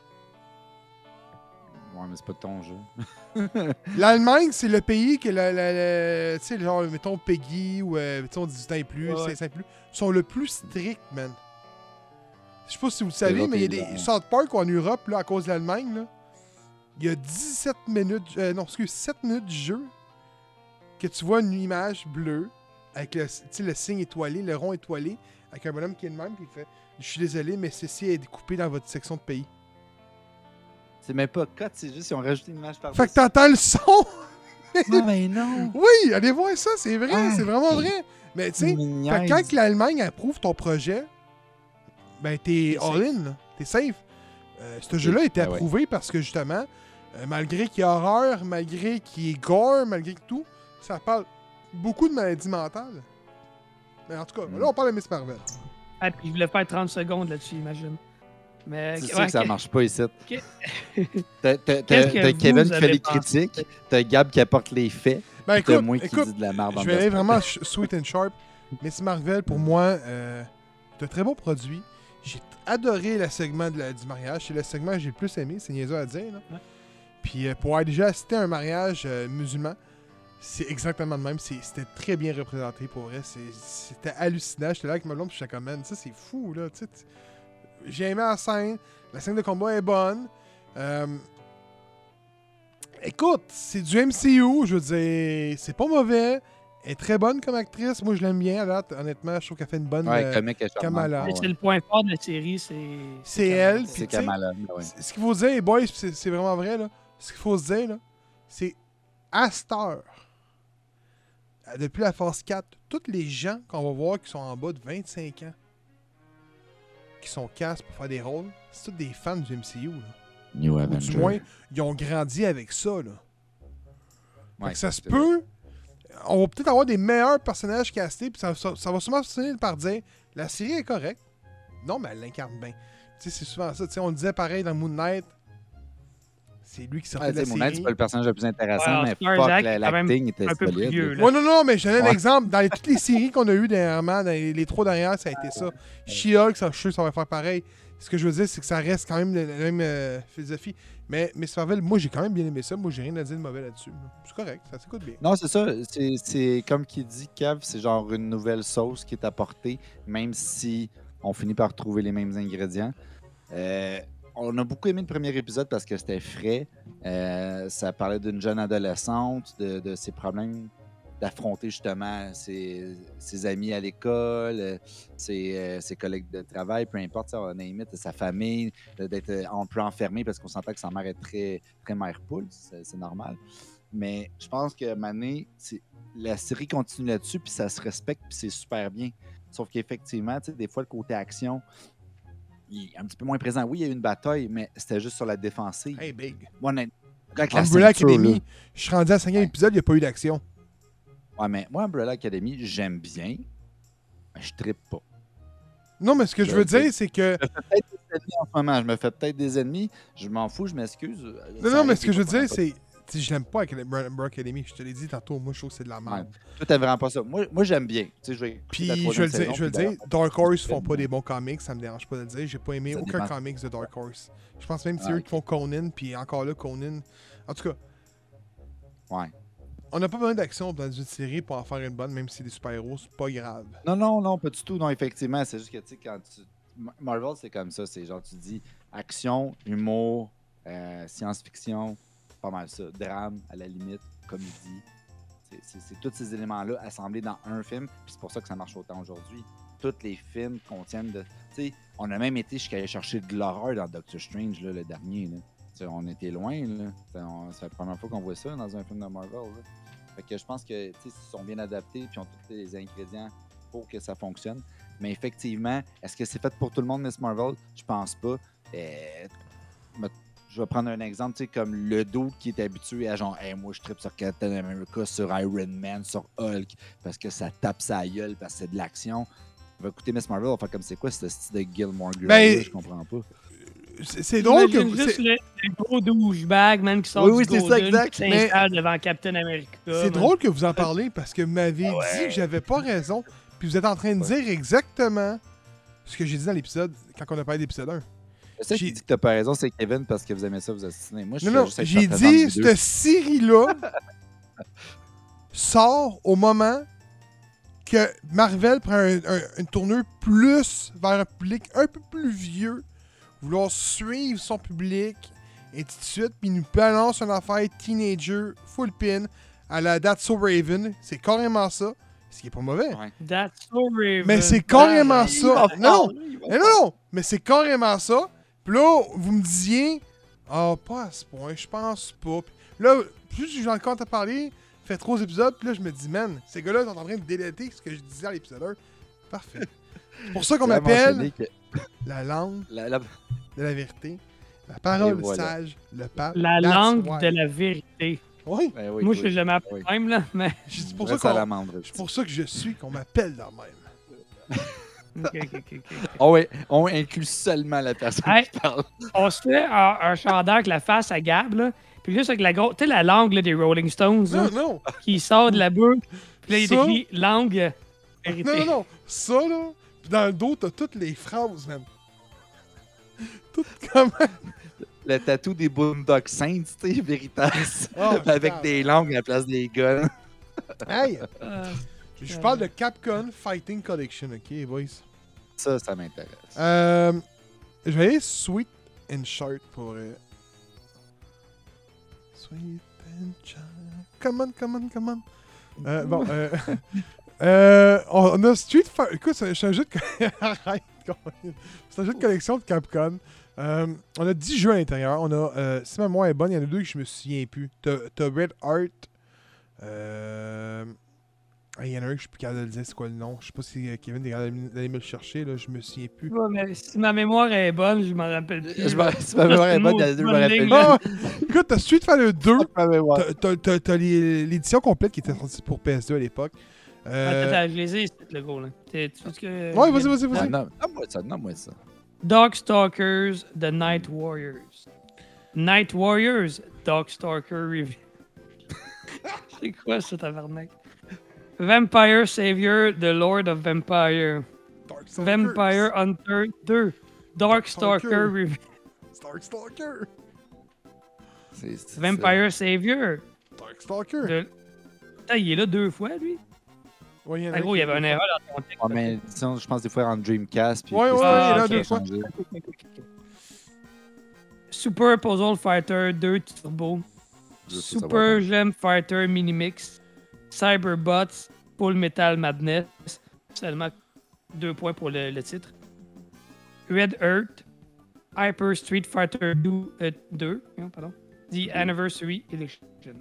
Ouais, mais c'est pas ton jeu. L'Allemagne, c'est le pays que tu sais, genre, mettons, Peggy ou, mettons, 18 ans et plus, Ouais. 16 ans et plus, sont le plus stricts, man. Je sais pas si vous le savez, autres mais il y a pays, des là. South Park en Europe, là, à cause de l'Allemagne, là. il y a 17 minutes, 7 minutes du jeu, que tu vois une image bleue, avec le signe étoilé, le rond étoilé, avec un bonhomme qui est de même, qui fait « Je suis désolé, mais ceci est découpé dans votre section de pays. » C'est même pas cut, c'est juste qu'ils ont rajouté une image par Fait que t'entends le son! Non, mais non! Oui, allez voir ça, c'est vrai, Ah, c'est vraiment vrai. Mais tu sais, fait que quand l'Allemagne approuve ton projet, ben t'es all-in, là. T'es safe. Ce jeu-là a été approuvé parce que justement, malgré qu'il y a horreur, malgré qu'il est gore, malgré que tout, ça parle beaucoup de maladies mentales. Mais en tout cas, là on parle de Miss Marvel. Ah, puis il voulait faire 30 secondes là-dessus, imagine. Mais, C'est sûr que ça marche pas ici. T'as Qu'est-ce que Kevin vous qui fait avez les pensé? critiques, t'as Gab qui apporte les faits, Ben t'as écoute, moi qui dit de la merde. je vais aller vraiment sweet and sharp. Miss Marvel, pour moi, c'est un très bon produit. J'ai adoré le segment du mariage. C'est le segment que j'ai le plus aimé, c'est niaiseux à dire. Là. Ouais. Puis pour avoir déjà assisté à un mariage musulman, c'est exactement le même. C'était très bien représenté, pour vrai. C'était hallucinant. J'étais là avec ma blonde, puis j'étais comme, man, ça c'est fou, là. J'ai aimé la scène. La scène de combat est bonne. Écoute, c'est du MCU, je veux dire, c'est pas mauvais. Elle est très bonne comme actrice. Moi, je l'aime bien à date. Honnêtement, je trouve qu'elle fait une bonne Kamala. Mais c'est le point fort de la série, c'est elle. C'est Kamala. Ouais. Ce qu'il faut dire, boys, c'est vraiment vrai, là. Ce qu'il faut se dire, là, c'est à cette heure, depuis la phase 4, tous les gens qu'on va voir qui sont en bas de 25 ans, qui sont castes pour faire des rôles, c'est tous des fans du MCU, là. New Ou Avenger. du moins, ils ont grandi avec ça, là. Ouais, ça se peut. On va peut-être avoir des meilleurs personnages castés, puis ça va sûrement se finir par dire la série est correcte. Non, mais elle l'incarne bien. Tu sais, c'est souvent ça. Tu sais, on le disait pareil dans Moon Knight. C'est lui qui sortait de la Moon série. Knight, c'est pas le personnage le plus intéressant, mais Starjack, l'acting était un peu plus solide. vieux, là. Ouais, non, mais je donne un exemple. Dans toutes les séries qu'on a eues dernièrement, dans les 3 dernières, ça a été ça. She-Hulk, ça, je suis sûr que ça va faire pareil. Ce que je veux dire, c'est que ça reste quand même la même philosophie. Mais Miss Marvel, moi, j'ai quand même bien aimé ça. Moi, j'ai rien à dire de mauvais là-dessus. C'est correct, ça s'écoute bien. Non, c'est ça. C'est comme qui dit, Kev, c'est genre une nouvelle sauce qui est apportée, même si on finit par trouver les mêmes ingrédients. On a beaucoup aimé le premier épisode parce que c'était frais. Ça parlait d'une jeune adolescente, de ses problèmes, d'affronter justement ses amis à l'école, ses collègues de travail, peu importe, ça, on aimé, sa famille, d'être un peu enfermé parce qu'on sentait que sa mère est très, très mère-poule, c'est normal. Mais je pense que Mané, la série continue là-dessus, puis ça se respecte, puis c'est super bien. Sauf qu'effectivement, des fois, le côté action, il est un petit peu moins présent. Oui, il y a eu une bataille, mais c'était juste sur la défensive. Hey, big. Moi, Umbrella Academy, je suis rendu à 5e épisode, il n'y a pas eu d'action. Ouais, mais moi, Umbrella Academy, j'aime bien, mais je trippe pas. Non, mais ce que je veux dire, c'est que... Je me fais peut-être des ennemis en ce moment. Je me fais peut-être des ennemis. Je m'en fous, je m'excuse. Non, mais ce que je veux dire, c'est... Je l'aime pas avec Umbrella Academy. Je te l'ai dit tantôt, moi, je trouve que c'est de la merde. Ouais. Toi, t'aimes vraiment pas ça. Moi j'aime bien. Puis, je vais le dire, Dark Horse font pas des bons comics, ça me dérange pas de le dire. J'ai pas aimé aucun comics de Dark Horse. Je pense même que c'est eux qui font Conan, puis encore là, Conan... En tout cas... Ouais. On n'a pas besoin d'action dans une série pour en faire une bonne, même si c'est des super-héros, c'est pas grave. Non, pas du tout. Non, effectivement, c'est juste que, tu sais, quand tu... Marvel, c'est comme ça. C'est genre, tu dis action, humour, science-fiction, pas mal ça. Drame, à la limite, comédie. C'est tous ces éléments-là assemblés dans un film, puis c'est pour ça que ça marche autant aujourd'hui. Tous les films contiennent de... Tu sais, on a même été jusqu'à aller chercher de l'horreur dans Doctor Strange, là, le dernier, là. On était loin, là. C'est la première fois qu'on voit ça dans un film de Marvel, là. Fait que je pense que, ils sont bien adaptés et ont tous les ingrédients pour que ça fonctionne. Mais effectivement, est-ce que c'est fait pour tout le monde, Miss Marvel? Je pense pas. Je vais prendre un exemple, comme le dude qui est habitué à genre, hey, moi je trippe sur Captain America, sur Iron Man, sur Hulk, parce que ça tape sa gueule, parce que c'est de l'action. On va écouter Miss Marvel, on va faire comme c'est quoi ce style de Gilmore Girl, ben, je comprends pas. C'est drôle que... juste le gros douchebag, man, qui sort oui, du c'est ça, Golden, exact. qui s'installe devant Captain America. C'est drôle que vous en parlez parce que vous m'avez dit que j'avais pas raison. Puis vous êtes en train de dire exactement ce que j'ai dit dans l'épisode, quand on a parlé d'épisode 1. C'est ça qui dit que t'as pas raison, c'est Kevin, parce que vous aimez ça, vous assassinez. Moi, non, j'ai dit, cette série-là sort au moment que Marvel prend une tournure plus vers un public un peu plus vieux, vouloir suivre son public et tout de suite, puis il nous balance une affaire teenager, full pin, à la That's So Raven. C'est carrément ça, ce qui est pas mauvais. Ouais. That's so Raven. Mais c'est carrément Il ça. va Non, fort, là, il va mais fort. non, mais c'est carrément ça. Puis là, vous me disiez, ah, pas à ce point, je pense pas. Puis là, plus j'ai encore à parler, fait 3 épisodes, puis là, je me dis, man, ces gars-là sont en train de déléter ce que je disais à l'épisode 1. Parfait. C'est pour ça qu'on J'ai m'appelle mentionné que la langue la- de la vérité, la parole Et voilà. sage, le pape. La That's langue why. de la vérité. Oui, Ben oui, Moi, oui. je l'ai jamais appelé Oui. même, là, mais... c'est pour, ça Reste qu'on- salamandre. c'est pour ça que je suis qu'on m'appelle de même. Ok. Oh ouais, on inclut seulement la personne Hey. qui parle. On se fait un chandail avec la face à Gab, là. Puis juste avec la grosse... Tu sais, la langue là, des Rolling Stones, là, Non, non, qui sort de la boucle. Puis là, il est Ça? écrit langue vérité. non. Ça, là, puis dans le dos, t'as toutes les phrases, man. Toutes comme... Le tatou des Boondock Saints, tu sais, Veritas. Ah, avec putain. des langues à la place des guns. Hey, Euh, je parle de Capcom Fighting Collection, ok, boys. Ça m'intéresse. Je vais aller Sweet and Short pour... Sweet and Short... Come on. Bon, on a Street Fighter... Écoute, c'est un jeu de... Arrête, c'est un jeu de collection de Capcom. On a 10 jeux à l'intérieur. On a, si ma mémoire est bonne, il y en a 2 que je me souviens plus. T'as Red Heart. Il y en a un que je suis plus capable de le dire, c'est quoi le nom. Je sais pas si Kevin est capable d'aller me le chercher, là, je me souviens plus. ouais, mais si ma mémoire est bonne, je m'en rappelle plus. Si ma mémoire est bonne, il y en a deux, je me rappelle Bonne pas. ligne. Ah, écoute, t'as Street Fighter 2. Ma mémoire. T'as l'édition complète qui était sortie pour PS2 à l'époque. Attends, je les ai, c'est le gros, là. Tu veux que... Ouais, vas-y. Nomme-moi ça. Darkstalkers, The Night Warriors. Night Warriors, Darkstalker Review. C'est quoi ça, tabarnak? Vampire Savior, The Lord of Vampire. Vampire Hunter 2. Darkstalker Darkstalker. Review. Darkstalker. Vampire Savior. Darkstalker. Putain, il est là 2 fois, lui. Ouais, y en a Ah, un gros, qui- il y avait une erreur dans ton texte. Ouais, mais disons, je pense des fois en Dreamcast. Puis Ouais, que ouais, c'était il est là juste deux fois. changé. Super Puzzle Fighter 2 Turbo. Je veux Super savoir. Gem Fighter Minimix. Cyberbots Full Metal Madness. Seulement 2 points pour le titre. Red Earth. Hyper Street Fighter 2. Pardon. The Anniversary Edition.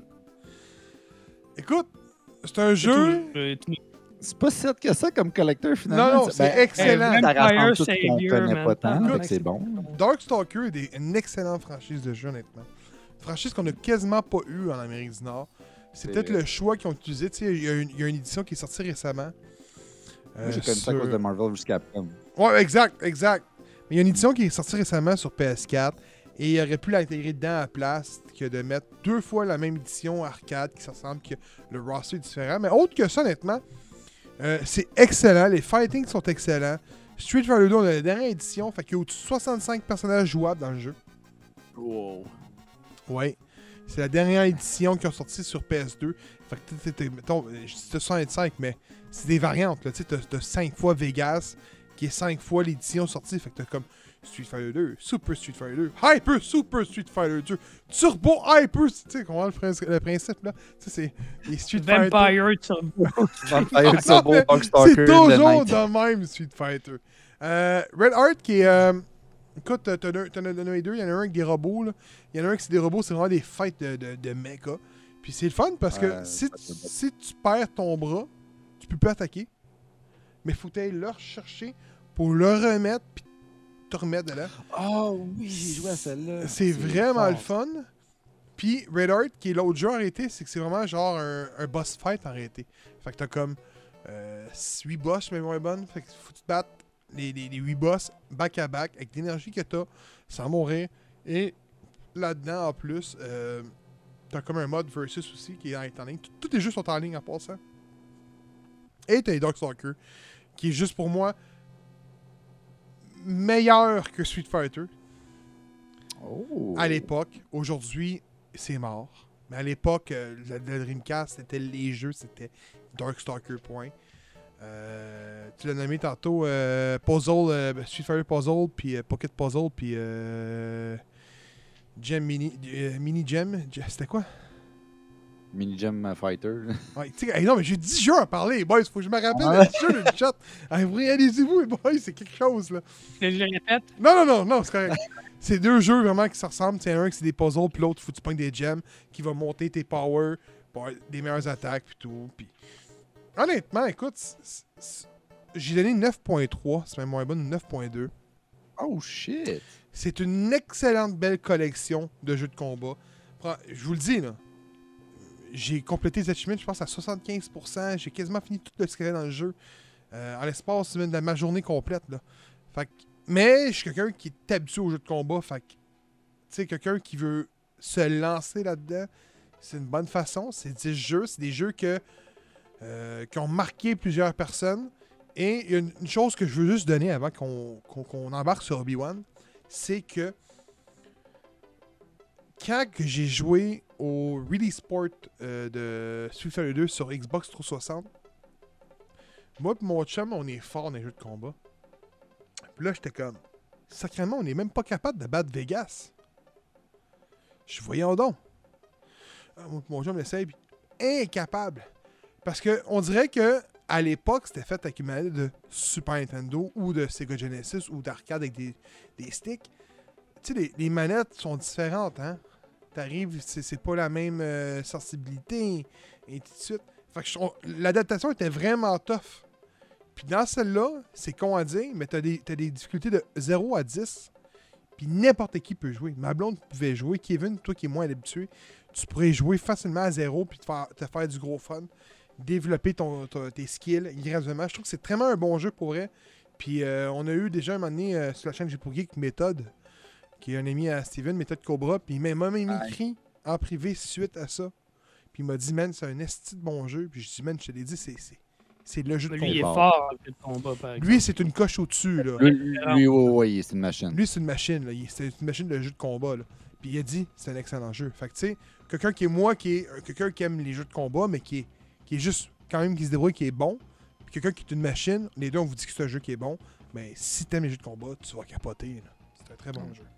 Écoute, c'est un jeu. C'est pas si hot que ça comme collecteur finalement. Non, c'est excellent. Ça Vampire rassemble tout ce qu'on Savior, connaît man. pas tant, Écoute, fait que c'est bon. Darkstalker est une excellente franchise de jeu, honnêtement. Une franchise qu'on a quasiment pas eu en Amérique du Nord. C'est C'est peut-être vrai. le choix qu'ils ont utilisé. Tu sais, il y a une édition qui est sortie récemment. Moi, j'ai connu ça à sur- cause de Marvel vs. Capcom. Ouais, exact. Mais il y a une édition qui est sortie récemment sur PS4 et il aurait pu l'intégrer dedans à la place que de mettre 2 fois la même édition arcade qui ressemble que le roster est différent. Mais autre que ça, honnêtement, c'est excellent. Les fightings sont excellents. Street Fighter 2, on a la dernière édition, fait qu'il y a au-dessus de 65 personnages jouables dans le jeu. Wow. Ouais. C'est la dernière édition qui ont sorti sur PS2. Fait que mettons, je dis 65, mais c'est des variantes. Tu sais, t'as 5 fois Vegas, qui est 5 fois l'édition sortie. Fait que t'as comme Street Fighter 2, Super Street Fighter 2, Hyper Super Street Fighter 2, Turbo Hyper. Tu sais, comment le principe là? Tu sais, c'est les Street Fighter. Vampire Turbo. Vampire Turbo, mais Darkstalker, c'est The toujours Night. de même Street Fighter. Red Heart qui est. Écoute, t'en as deux. Il y en a un avec des robots. Là. Il y en a un qui c'est des robots, c'est vraiment des fights de mecha. Puis c'est le fun parce que si tu perds ton bras, tu peux plus attaquer. Mais faut que tu ailles le rechercher pour le remettre puis te remettre dedans. Oh oui, j'ai joué à celle-là. C'est vraiment fort. le fun. Puis Red Heart, qui est l'autre jeu arrêté, c'est que c'est vraiment genre un boss fight en réalité. Fait que t'as comme 8 boss, mais moins bonne. Fait que faut que tu te battes les 8 boss back à back avec l'énergie que t'as sans mourir. Et là-dedans, en plus, t'as comme un mode versus aussi qui est en ligne. Tous les jeux sont en ligne à part ça. Et t'as les Darkstalker, qui est juste pour moi meilleur que Street Fighter. Oh. À l'époque. Aujourd'hui, c'est mort. Mais à l'époque, le Dreamcast, c'était les jeux, c'était Darkstalker, point. Tu l'as nommé tantôt Puzzle, Street Fighter Puzzle, puis Pocket Puzzle, puis Mini Gem. C'était quoi? Mini Gem Fighter. Ouais, non, mais j'ai 10 jeux à parler, boys. Faut que je me rappelle. 10 jeux de chat. Vous réalisez-vous, les boys, c'est quelque chose, là. Je le répète. Non, c'est correct. C'est 2 jeux vraiment qui se ressemblent. C'est un qui c'est des puzzles, puis l'autre, faut que tu pognes des gems qui va monter tes powers, pour avoir des meilleures attaques, puis tout. Puis honnêtement, écoute, j'ai donné 9.3. C'est même moins bonne, 9.2. Oh shit! C'est une excellente belle collection de jeux de combat. Je vous le dis, là. J'ai complété les achievements, je pense, à 75%. J'ai quasiment fini tout ce qu'il y avait dans le jeu. En l'espace de ma journée complète, là. Mais je suis quelqu'un qui est habitué aux jeux de combat. Fait que, tu sais, quelqu'un qui veut se lancer là-dedans, c'est une bonne façon. C'est 10 jeux. C'est des jeux qui ont marqué plusieurs personnes. Et il y a une chose que je veux juste donner avant qu'on embarque sur Obi-Wan, c'est que quand j'ai joué au Release Port de Street Fighter 2 sur Xbox 360, moi et mon chum, on est fort dans les jeux de combat. Puis là, j'étais comme, sacrément, on n'est même pas capable de battre Vegas. Je voyons donc. Moi et mon chum l'essaye, puis incapable. Parce que on dirait que à l'époque, c'était fait avec une manette de Super Nintendo ou de Sega Genesis ou d'arcade avec des sticks. Tu sais, les manettes sont différentes, hein. T'arrives, c'est pas la même sensibilité, et tout de suite. Fait que l'adaptation était vraiment tough. Puis dans celle-là, c'est con à dire, mais t'as des difficultés de 0 à 10. Puis n'importe qui peut jouer. Ma blonde pouvait jouer. Kevin, toi qui es moins habitué, tu pourrais jouer facilement à 0 puis te faire du gros fun. Développer tes skills graduellement. Je trouve que c'est vraiment un bon jeu pour vrai. Puis on a eu déjà un moment donné sur la chaîne J'ai pour Geek Méthode, qui est un ami à Steven, Méthode Cobra. Puis il m'a même écrit en privé suite à ça. Puis il m'a dit, man, c'est un esti de bon jeu. Puis je dis, man, je te l'ai dit, c'est le jeu de combat. Lui, il est fort en jeu de combat, par exemple. Lui, c'est une coche au-dessus, là. Lui, oui, c'est une machine. Lui, c'est une machine, là. C'est une machine de jeu de combat, là. Puis il a dit, c'est un excellent jeu. Fait que, tu sais, quelqu'un qui aime les jeux de combat, mais qui est juste, quand même, qui se débrouille, qui est bon. Puis quelqu'un qui est une machine, les deux, on vous dit que c'est un jeu qui est bon. Mais si t'aimes les jeux de combat, tu vas capoter, là. C'est un très bon jeu.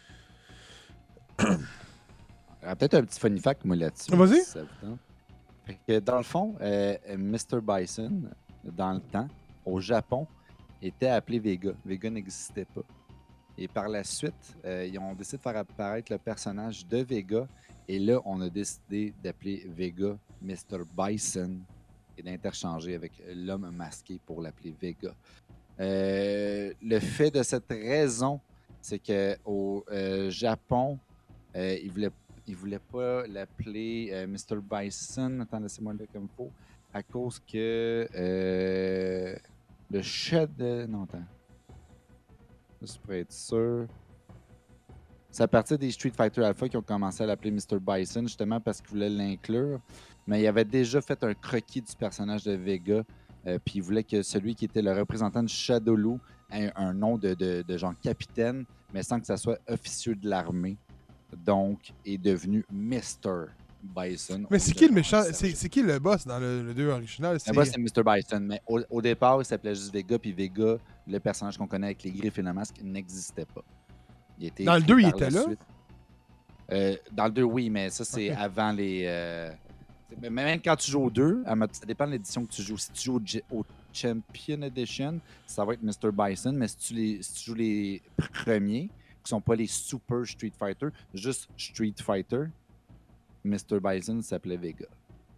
Peut-être un petit funny fact, moi, là-dessus. Vas-y. Si ça vous tente. Fait que, dans le fond, Mr. Bison, dans le temps, au Japon, était appelé Vega. Vega n'existait pas. Et par la suite, ils ont décidé de faire apparaître le personnage de Vega. Et là, on a décidé d'appeler Vega Mr. Bison et d'interchanger avec l'homme masqué pour l'appeler Vega. Le fait de cette raison, c'est qu'au Japon, ils voulaient pas l'appeler Mr. Bison. Attends, laissez-moi le dire comme il faut. À cause que le chat de... Non, attends. Juste pour être sûr. C'est à partir des Street Fighter Alpha qui ont commencé à l'appeler Mr. Bison, justement parce qu'ils voulaient l'inclure. Mais il avait déjà fait un croquis du personnage de Vega. Puis il voulait que celui qui était le représentant de Shadowloo ait un nom de genre capitaine, mais sans que ça soit officieux de l'armée. Donc, est devenu Mr. Bison. Mais c'est qui le méchant? C'est qui le boss dans le 2 original? Le boss, c'est Mr. Bison. Mais au départ, il s'appelait juste Vega. Puis Vega, le personnage qu'on connaît avec les griffes et le masque, n'existait pas. Dans le 2, il était là? Dans le 2, oui, mais ça, c'est avant les... Mais même quand tu joues au 2, ça dépend de l'édition que tu joues. Si tu joues au Champion Edition, ça va être Mr. Bison. Mais si tu joues les premiers, qui sont pas les Super Street Fighter, juste Street Fighter, Mr. Bison s'appelait Vega.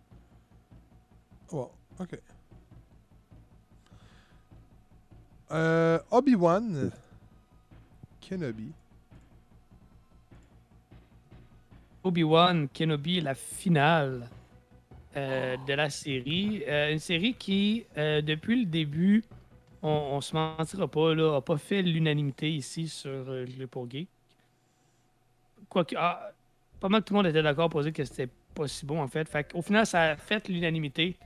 Oh, ok. Obi-Wan Kenobi. Obi-Wan Kenobi, la finale de la série. Une série qui, depuis le début, on se mentira pas, là, n'a pas fait l'unanimité ici sur le pour Geek. Quoique, pas mal tout le monde était d'accord pour dire que c'était pas si bon, en fait. Fait qu'au final, ça a fait l'unanimité.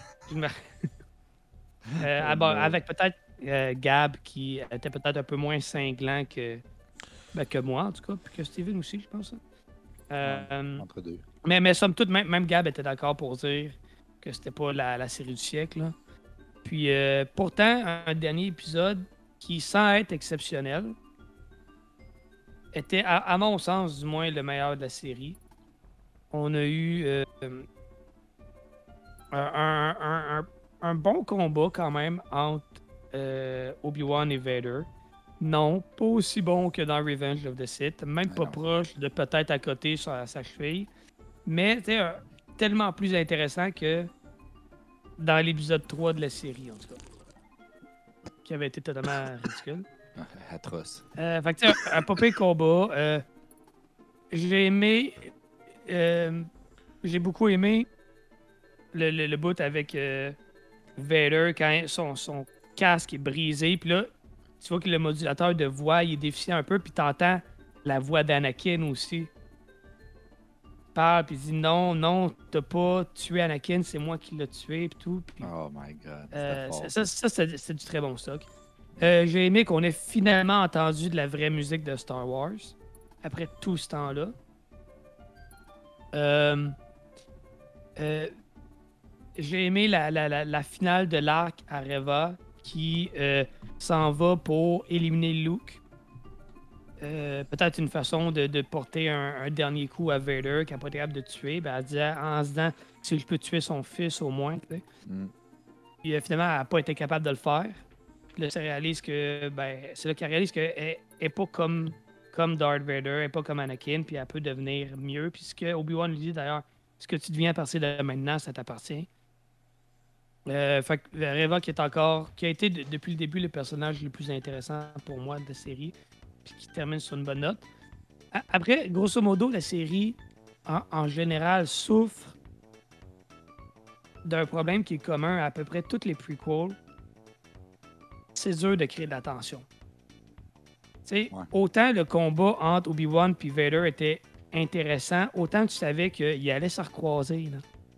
Avec peut-être Gab, qui était peut-être un peu moins cinglant que moi, en tout cas, puis que Steven aussi, je pense. Entre deux. Mais somme toute, même Gab était d'accord pour dire que c'était pas la série du siècle. Là. Puis pourtant, un dernier épisode qui, sans être exceptionnel, était, à mon sens, du moins, le meilleur de la série. On a eu un bon combat quand même entre Obi-Wan et Vader. Non, pas aussi bon que dans Revenge of the Sith, même pas proche de peut-être à côté sur sa cheville, mais tellement plus intéressant que dans l'épisode 3 de la série, en tout cas, qui avait été totalement ridicule. Atroce. Fait que tu sais, un pas pire combat. J'ai aimé... j'ai beaucoup aimé le bout avec Vader quand son casque est brisé, puis là, tu vois que le modulateur de voix il est déficient un peu, puis t'entends la voix d'Anakin aussi. Il parle, puis il dit non, t'as pas tué Anakin, c'est moi qui l'ai tué, puis tout. Puis, Oh my god. ça c'est du très bon stock. J'ai aimé qu'on ait finalement entendu de la vraie musique de Star Wars après tout ce temps-là. J'ai aimé la finale de l'arc à Reva qui s'en va pour éliminer Luke. Peut-être une façon de porter un dernier coup à Vader qui n'a pas été capable de tuer. Ben, en se disant si je peux tuer son fils au moins. Puis finalement, elle n'a pas été capable de le faire. Puis là, ça réalise que, c'est là qu'elle réalise qu'elle n'est pas comme Darth Vader, elle n'est pas comme Anakin, puis elle peut devenir mieux. Puis ce que Obi-Wan lui dit d'ailleurs, ce que tu deviens à partir de maintenant, ça t'appartient. Fait que Reva qui a été depuis le début le personnage le plus intéressant pour moi de la série, puis qui termine sur une bonne note. Après, grosso modo, la série, en général, souffre d'un problème qui est commun à peu près toutes les prequels. C'est dur de créer de la tension. Autant le combat entre Obi-Wan et Vader était intéressant, autant tu savais qu'il allait se recroiser.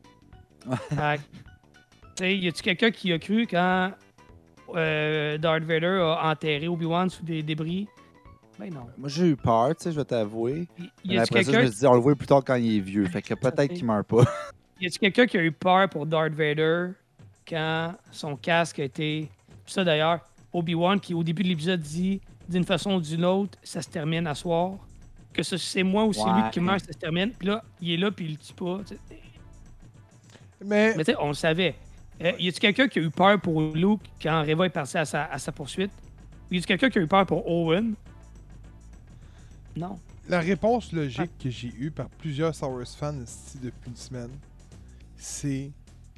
Y a-tu quelqu'un qui a cru quand Darth Vader a enterré Obi-Wan sous des débris? Ben non. Moi, j'ai eu peur, je vais t'avouer. Y a-tu après ça, je me suis dit, on le voit plus tard quand il est vieux. Fait que peut-être qu'il meurt pas. Y a-tu quelqu'un qui a eu peur pour Darth Vader quand son casque a été... Ça, d'ailleurs, Obi-Wan, qui au début de l'épisode dit d'une façon ou d'une autre, ça se termine à soir. Que c'est moi ou c'est lui qui meurt, ça se termine. Puis là, il est là, puis il le tue pas. T'sais. Mais tu sais, on le savait. Y a-tu quelqu'un qui a eu peur pour Luke quand Reva est parti à sa poursuite? Ou y a-tu quelqu'un qui a eu peur pour Owen? Non. La réponse logique que j'ai eue par plusieurs Star Wars fans depuis une semaine, c'est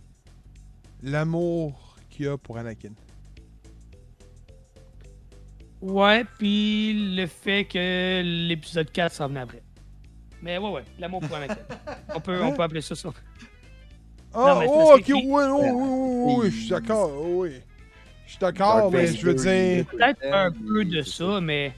l'amour qu'il y a pour Anakin. Ouais, puis le fait que l'épisode 4 s'en venait après. Mais ouais, l'amour pour Anakin. On peut appeler ça ça. Ah, oh, ok, oui, je suis d'accord, oui. Je suis d'accord, mais je veux dire... Peut-être un peu de ça, mais...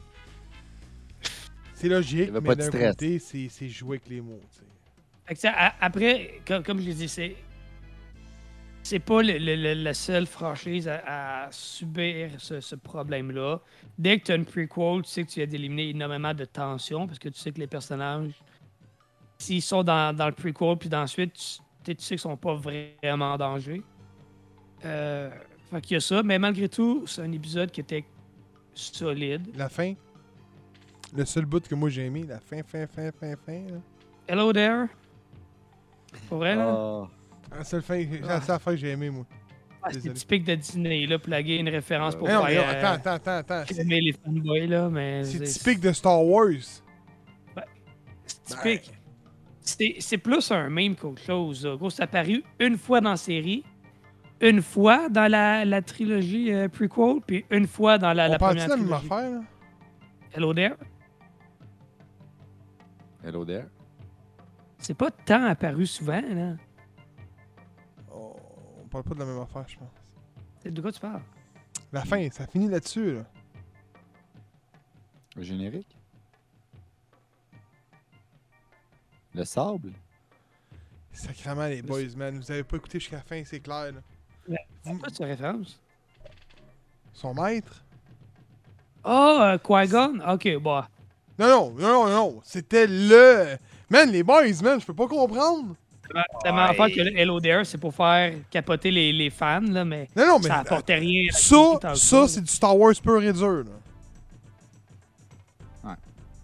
C'est logique, mais d'un côté, c'est jouer avec les mots, tu sais. Fait que ça, après, comme je l'ai dit, c'est pas la seule franchise à subir ce problème-là. Dès que tu as une prequel, tu sais que tu viens d'éliminer énormément de tension parce que tu sais que les personnages, s'ils sont dans le prequel puis dans la suite, tu sais qu'ils sont pas vraiment en danger. Fait qu'il y a ça, mais malgré tout, c'est un épisode qui était solide. La fin, le seul bout que moi j'ai aimé, la fin. Là. Hello there. Pour vrai, là? La seule fin que j'ai aimé, moi. C'est typique de Disney, là, plaguer une référence pour non, faire... attends. Aimer les fanboys, là, mais... C'est typique de Star Wars. Ouais, c'est typique. C'est plus un meme qu'autre chose. Là. Gros, c'est apparu une fois dans la série, une fois dans la trilogie prequel, puis une fois dans la première trilogie. On parle-tu de la même affaire, là? Hello there? Hello there? C'est pas tant apparu souvent, là. On parle pas de la même affaire, je pense. De quoi tu parles? La fin, ça finit là-dessus, là. Le générique? Le sable? Sacrément, les boys, man. Vous avez pas écouté jusqu'à la fin, c'est clair, là. C'est quoi cette référence? Son maître? Qui-Gon? Ok, bah. Non. C'était le... Man, les boys, man, je peux pas comprendre. C'est marrant faire que le Hello There, c'est pour faire capoter les fans, là, mais, non, mais ça apportait rien. Ça, c'est du Star Wars pur et dur, là. Ouais.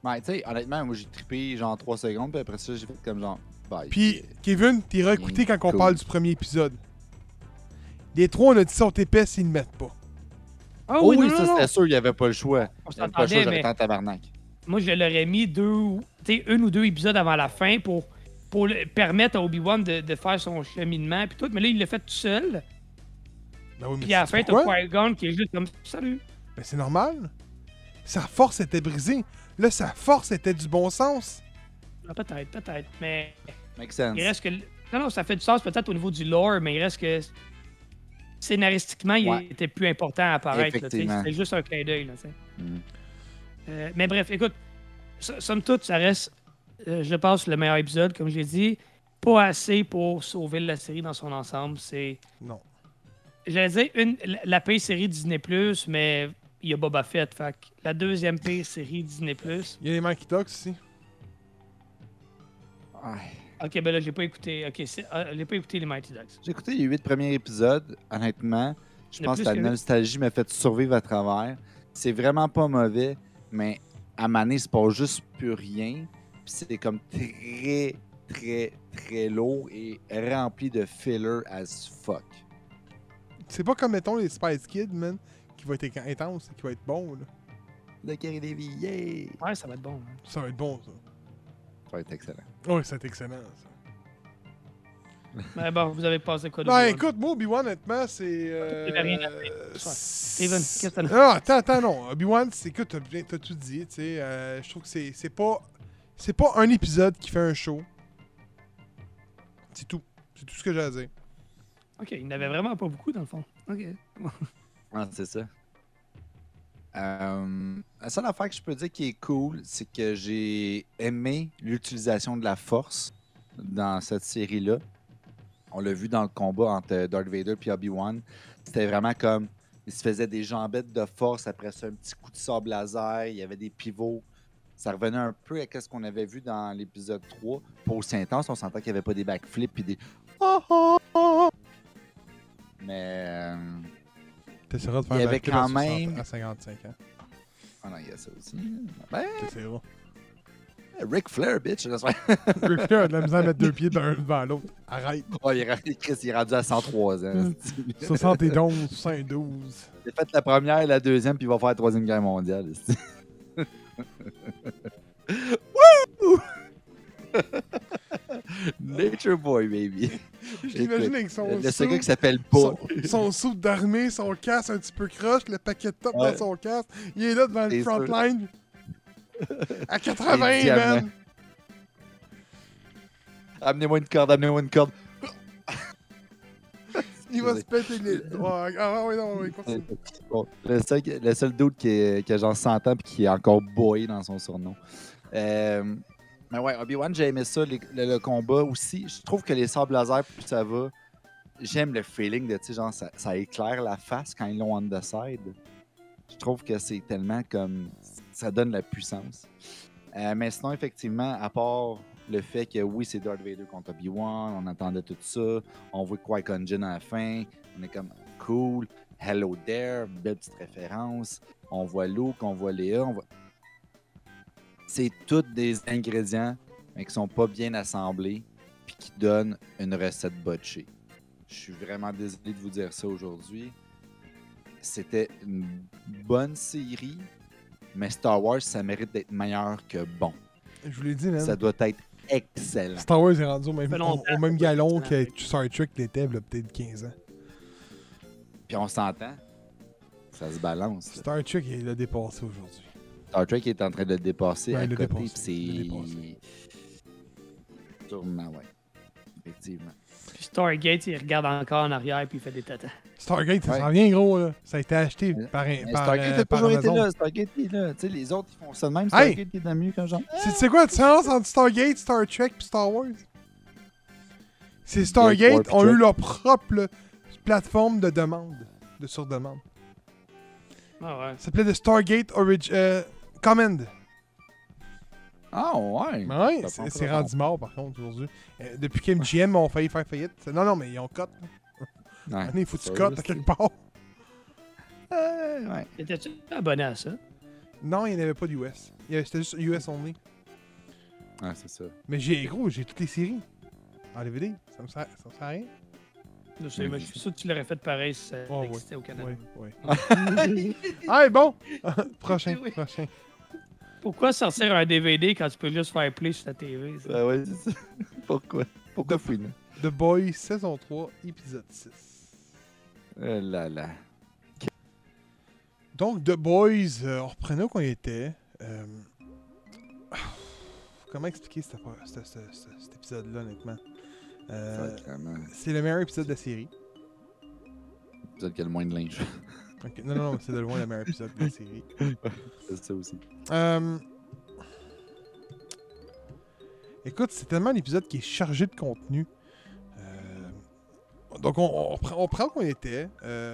Ouais, tu sais, honnêtement, moi, j'ai trippé genre 3 secondes, puis après ça, j'ai fait comme genre, bye. Puis, Kevin, t'es réécouté quand on Cool. parle du premier épisode. Les trois, on a dit sont épais s'ils ne mettent pas. Ah Oh oui, non, ça, non, c'était sûr, il n'y avait pas le choix. on Il n'y avait pas le choix, s'entendait, j'aurais mais été en tabarnak. moi, je l'aurais mis un ou deux épisodes avant la fin pour permettre à Obi-Wan de faire son cheminement puis tout. Mais là, il l'a fait tout seul. Ben oui, mais Puis à la fin, c'est t'as pourquoi? Qui-Gon qui est juste comme « Salut! Ben c'est normal. Sa force était brisée. Là, sa force était du bon sens. » Ah, peut-être. Mais Make sense. il reste que... Non, ça fait du sens peut-être au niveau du lore, mais il reste que... Scénaristiquement, Ouais. il était plus important à apparaître. là, tu sais. Effectivement. C'était juste un clin d'œil. Là, tu sais. Mm. Mais bref, écoute, somme toute, ça reste, je pense, le meilleur épisode, comme je l'ai dit. Pas assez pour sauver la série dans son ensemble. C'est, Non. j'allais dire, la pire série Disney+, mais il y a Boba Fett. Fait que la deuxième pire série Disney+. Il y a les Mikey Talks ici. Ouais. Ok, ben là, j'ai pas écouté. Ok, j'ai pas écouté les Mighty Ducks. J'ai écouté les 8 premiers épisodes, honnêtement. Je Il y en a pense que plus la que huit. nostalgie m'a fait survivre à travers. C'est vraiment pas mauvais, mais à Mané, c'est pas juste plus rien. Puis c'est comme très, très, très lourd et rempli de filler as fuck. C'est pas comme, mettons, les Spice Kids, man, qui va être intense et qui va être bon, là. Le Carré des vies, yeah! Ouais, ça va être bon. Hein. Ça va être bon, ça. Ça va être excellent. Oui, ça va être excellent, ça. Mais bon, vous avez passé quoi de Ben, bon? écoute, moi, Obi-Wan, honnêtement, c'est... Il y avait rien à faire. Steven, qu'est-ce que t'en as? Ah, attends, non. Obi-Wan, c'est... Écoute, t'as tout dit, tu sais. Je trouve que c'est pas... C'est pas un épisode qui fait un show. C'est tout. C'est tout ce que j'ai à dire. Ok, il n'y en avait vraiment pas beaucoup, dans le fond. Ok. Ah, c'est ça. La seule affaire que je peux dire qui est cool, c'est que j'ai aimé l'utilisation de la force dans cette série-là. On l'a vu dans le combat entre Darth Vader et Obi-Wan. C'était vraiment comme... Il se faisait des jambettes de force, après ça, un petit coup de sable laser, il y avait des pivots. Ça revenait un peu à ce qu'on avait vu dans l'épisode 3. Pas aussi intense, on s'entend qu'il n'y avait pas des backflips et des... Mais... T'essaieras de faire Il y un avait backflip quand à 60 même- à 55 ans. Ah non, il y a ça aussi. Ben, T'essaieras. Ric Flair, bitch. j'espère. Ric Flair a de la misère à mettre deux pieds d'un devant l'autre. Arrête. Oh, Chris, il est rendu à 103 ans. 71, 72. Il a fait la première et la deuxième, puis il va faire la troisième guerre mondiale. Woo! Nature Boy, baby. Je l'imagine avec son Le ce gars suit, qui s'appelle Paul. son suit d'armée, son casque un petit peu croche, le paquet de top Ouais. dans son casque. Il est là devant le C'est front sûr. line. À Les 80, diamants. man. Amenez-moi une corde, amenez-moi une corde. Il va se péter les... Ouais, ah oui, non, oui, continue. Bon, le seul doute qui a genre 100 ans et qui est encore boy dans son surnom. Mais ouais, Obi-Wan, j'ai aimé ça, le combat aussi. Je trouve que les sables laser, plus ça va, j'aime le feeling de, tu sais, genre, ça éclaire la face quand ils l'ont on the side. Je trouve que c'est tellement comme... Ça donne la puissance. Mais sinon, effectivement, à part le fait que, oui, c'est Darth Vader contre Obi-Wan, on attendait tout ça, on voit Qui-Gon Jinn à la fin, on est comme cool, hello there, belle petite référence, on voit Luke, on voit Léa, on voit... C'est tous des ingrédients, mais qui sont pas bien assemblés, puis qui donnent une recette botchée. Je suis vraiment désolé de vous dire ça aujourd'hui. C'était une bonne série, mais Star Wars, ça mérite d'être meilleur que bon. Je vous l'ai dit, man. Ça doit être excellent. Star Wars est rendu au même, Ça fait longtemps, au même ça, galon excellent. que Star Trek l'était, il y a peut-être 15 ans. Puis on s'entend. Ça se balance. là. Star Trek, il l'a dépassé aujourd'hui. Star Trek est en train de le dépasser Ouais, à il l'a côté. dépassé, Puis il l'a c'est... dépassé. Sûrement, ouais. Effectivement. Puis Stargate, il regarde encore en arrière puis il fait des tatas. Stargate, ça Ouais. s'en vient gros, là. Ça a été acheté par, Mais par, Stargate a par toujours été Amazon. là. Stargate est là. Tu sais, les autres, ils font ça de même. Hey! Stargate est mieux qu'un genre. C'est quoi la différence entre Stargate, Star Trek et Star Wars? C'est Stargate Warp ont eu Trek. leur propre là, plateforme de demande, de sur-demande. Ah ouais. Ça s'appelait de Stargate Command. Ah, ouais. Mais ouais, Ça c'est prend c'est pas rendu mort par contre aujourd'hui. Depuis qu'MGM ont failli faire faillite. Non, mais ils ont cut. Ouais. Il faut que tu Ça, cotes à juste- quelque part. Ouais. Étais-tu abonné à ça? Non, il n'y en avait pas d'US. C'était juste US only. Ah, c'est ça. Mais j'ai toutes les séries. En DVD. Ça me sert à rien. Je sais, mais je suis sûr que tu l'aurais fait pareil si ça Oh, existait au Canada. Oui. Ah, bon! Prochain. Pourquoi sortir un DVD quand tu peux juste faire play sur ta TV? Ça? Ben ouais, c'est ça. Pourquoi fouiner? The Boys, saison 3, épisode 6. Là là. Donc, The Boys, on reprenait où qu'on était. Comment expliquer cet épisode-là, honnêtement? C'est le meilleur épisode de la série. L'épisode qui a le moins de linge. Okay. Non, c'est de loin le meilleur épisode de la série. C'est ça aussi. Écoute, c'est tellement un épisode qui est chargé de contenu. Donc, on prend où qu'on était.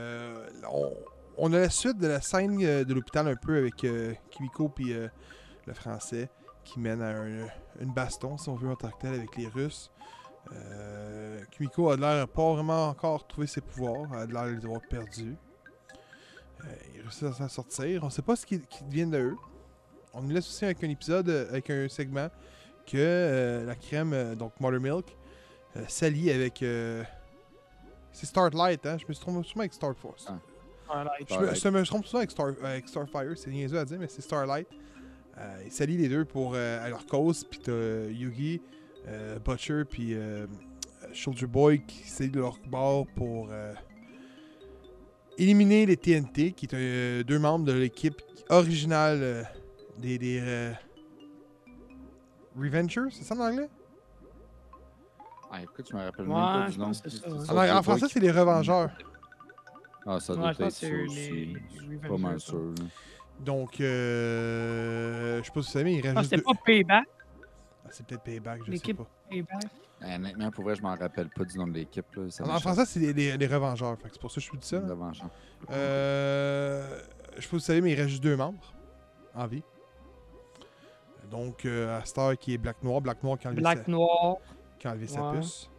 On a la suite de la scène de l'hôpital un peu avec Kimiko puis le français qui mène à une baston, si on veut, en tant que tel, avec les Russes. Kimiko a l'air pas vraiment encore trouvé ses pouvoirs. Elle a l'air de les avoir perdus. Il réussit à s'en sortir. On sait pas ce qui devient de eux. On nous laisse aussi avec un épisode, avec un segment que la crème, donc Mothermilk, s'allie avec... c'est Starlight, hein? Je me suis trompé souvent avec Star Force. Je me trompe souvent avec Starfire, c'est niaiseux à dire, mais c'est Starlight. Ils s'allient les deux pour à leur cause, puis t'as Yugi, Butcher, puis Soldier Boy qui s'allient de leur bord pour éliminer les TNT, qui est deux membres de l'équipe originale des Revengers, c'est ça en anglais? Ah, écoute, je me rappelle même pas du nom. C'est ça, En français, c'est les Revengeurs. Ah, ça doit je pense être que c'est ça les aussi. Revengers, Pas mal ça. sûr. Là. Donc, je sais pas si vous savez, il reste juste C'était deux... pas Payback? Ah, c'est peut-être Payback, je sais L'équipe pas. Payback? Honnêtement, pour vrai, je m'en rappelle pas du nom de l'équipe. Là. Ça En m'échappe. français, c'est les Revengeurs, fait que c'est pour ça que je vous dis ça. Une là. revanche. Je sais pas si vous savez, mais il reste juste deux membres en vie. Donc, Astar qui est Black Noir qui a enlevé, Noir. qui a enlevé sa Ouais. puce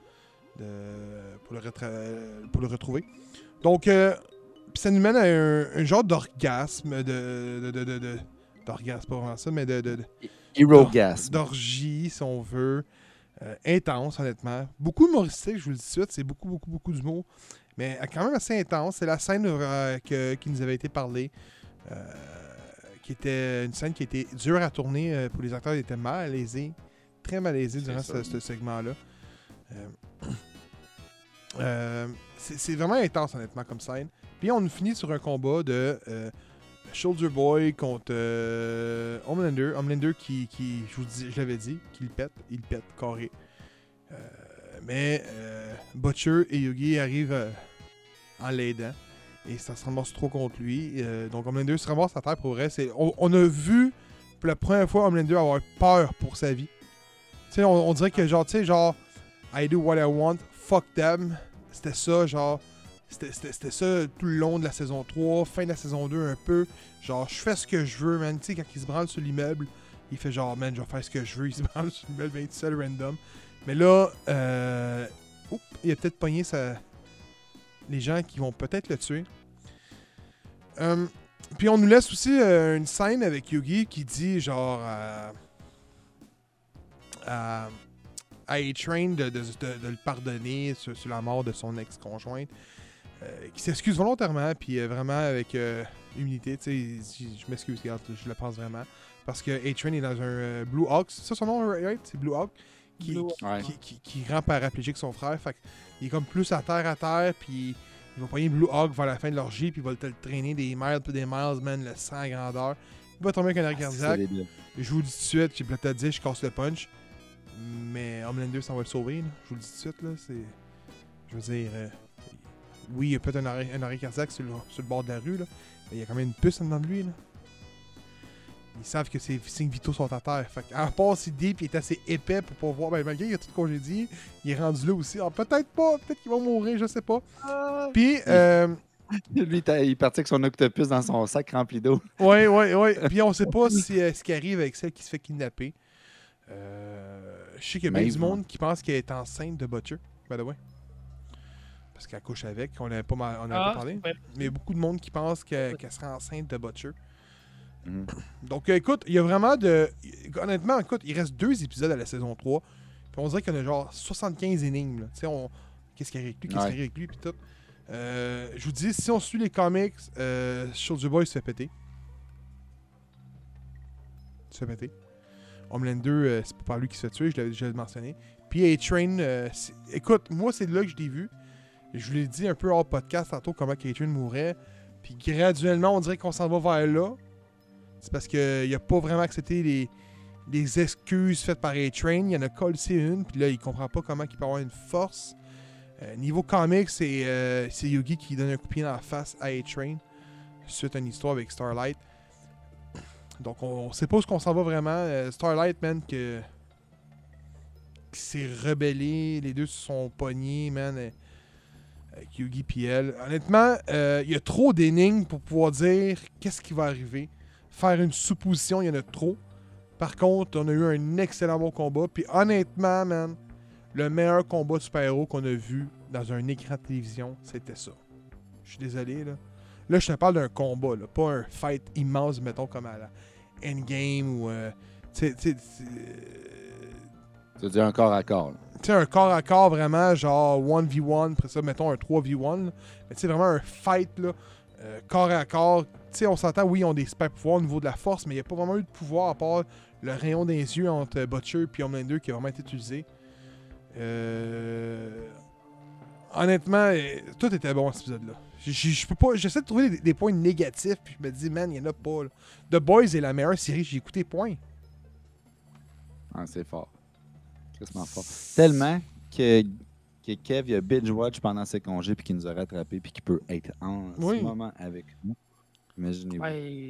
pour le retrouver. Donc, puis ça nous mène à un genre d'orgasme, d'orgasme, pas vraiment ça, mais Hero Gas. d'orgie, si on veut. Intense, honnêtement. Beaucoup humoristique, je vous le dis tout de suite. C'est beaucoup d'humour. Mais quand même assez intense. C'est la scène qui nous avait été parlée. Qui était une scène qui était dure à tourner pour les acteurs. Ils étaient malaisés. Très malaisés durant ce segment-là. C'est vraiment intense, honnêtement, comme scène. Puis on finit sur un combat de Soldier Boy contre Homelander. Homelander qui je l'avais dit, il pète, carré. Mais Butcher et Yugi arrivent en l'aidant. Et ça se ramasse trop contre lui. Donc Homelander se ramasse à terre pour vrai. On a vu pour la première fois Homelander avoir peur pour sa vie. Tu sais, on dirait que genre, tu sais, genre, I do what I want, fuck them. C'était ça, genre. C'était ça tout le long de la saison 3, fin de la saison 2 un peu. Genre, je fais ce que je veux, man. Tu sais, quand il se branle sur l'immeuble, il fait genre, man, je vais faire ce que je veux. Il se branle sur l'immeuble, il est tout seul, random. Mais là, il a peut-être pogné les gens qui vont peut-être le tuer. Puis on nous laisse aussi une scène avec Yugi qui dit, genre, à A-Train de le pardonner sur la mort de son ex-conjointe. Qui s'excuse volontairement, puis vraiment avec humilité. Tu sais, je m'excuse, regarde, je le pense vraiment. Parce que A-Train est dans un Blue Hawk. C'est ça son nom, right? C'est Blue Hawk. Qui rend paraplégique son frère. Fait qu'il est comme plus à terre, puis il va prendre Blue Hawk vers la fin de l'orgie, puis il va le traîner des miles, puis des miles, man, le sang à grandeur. Il va tomber avec un arrêt cardiaque. Je vous le dis tout de suite, j'ai peut-être dit, je casse le punch. Mais Homelander, ça va le sauver, là. Je vous le dis tout de suite, là. Je veux dire, oui, il y a peut-être un arrêt cardiaque sur le bord de la rue, là. Mais il y a quand même une puce en dedans de lui, là. Ils savent que ses signes vitaux sont à terre. Fait qu'à part si Deep il est assez épais pour pas voir, ben malgré qu'il a tout congédié, il est rendu là aussi. Alors peut-être pas, peut-être qu'il va mourir, je sais pas. Puis, Lui, il est parti avec son octopus dans son sac rempli d'eau. ouais. Puis on sait pas ce qui arrive avec celle qui se fait kidnapper. Je sais qu'il y a bien du monde qui pense qu'elle est enceinte de Butcher, by the way. Parce qu'elle couche avec, on n'avait pas parlé. Ouais. Mais il y a beaucoup de monde qui pense qu'elle serait enceinte de Butcher. Donc, écoute, il y a vraiment de... Honnêtement, écoute, il reste 2 épisodes à la saison 3. Puis on dirait qu'il y en a genre 75 énigmes. Tu sais, qu'est-ce qu'il y a avec lui, qu'est-ce qu'il y a avec lui, puis tout. Je vous dis, si on suit les comics, Soldier Boy se fait péter. Homelander, c'est pas par lui qui se fait tuer, je l'avais déjà mentionné. Puis A-Train, écoute, moi, c'est là que je l'ai vu. Je vous l'ai dit un peu hors podcast tantôt comment A-Train mourait. Puis graduellement, on dirait qu'on s'en va vers là. C'est parce qu'il a pas vraiment accepté les excuses faites par A-Train. Il y en a collé une, puis là, il comprend pas comment il peut avoir une force. Niveau comics, c'est Yugi qui donne un coup de pied dans la face à A-Train suite à une histoire avec Starlight. Donc, on sait pas où qu'on s'en va vraiment. Starlight, man, qui s'est rebellé. Les deux se sont pognés, man, avec Yugi et elle. Honnêtement, il y a trop d'énigmes pour pouvoir dire qu'est-ce qui va arriver. Faire une supposition, il y en a trop. Par contre, on a eu un excellent bon combat. Puis honnêtement, man, le meilleur combat de super-héros qu'on a vu dans un écran de télévision, c'était ça. Je suis désolé, là. Là, je te parle d'un combat, là, pas un fight immense, mettons, comme à la Endgame ou... tu veux dire un corps à corps. Tu sais, un corps à corps, vraiment, genre 1v1, après ça, mettons un 3v1. Là. Mais tu sais, vraiment un fight, là, corps à corps. Tu sais, on s'entend, oui, ils ont des super pouvoirs au niveau de la force, mais il n'y a pas vraiment eu de pouvoir à part le rayon des yeux entre Butcher et Homelander qui a vraiment été utilisé. Honnêtement, tout était bon cet épisode-là. Je peux pas. J'essaie de trouver des points négatifs, puis je me dis, man, il y en a pas. Là. The Boys est la meilleure série que j'ai écouté, point. Ah, c'est fort. Quasiment fort. Tellement que Kev il a binge-watch pendant ses congés, puis qu'il nous a rattrapés, puis qu'il peut être en ce moment avec nous. Imaginez-vous.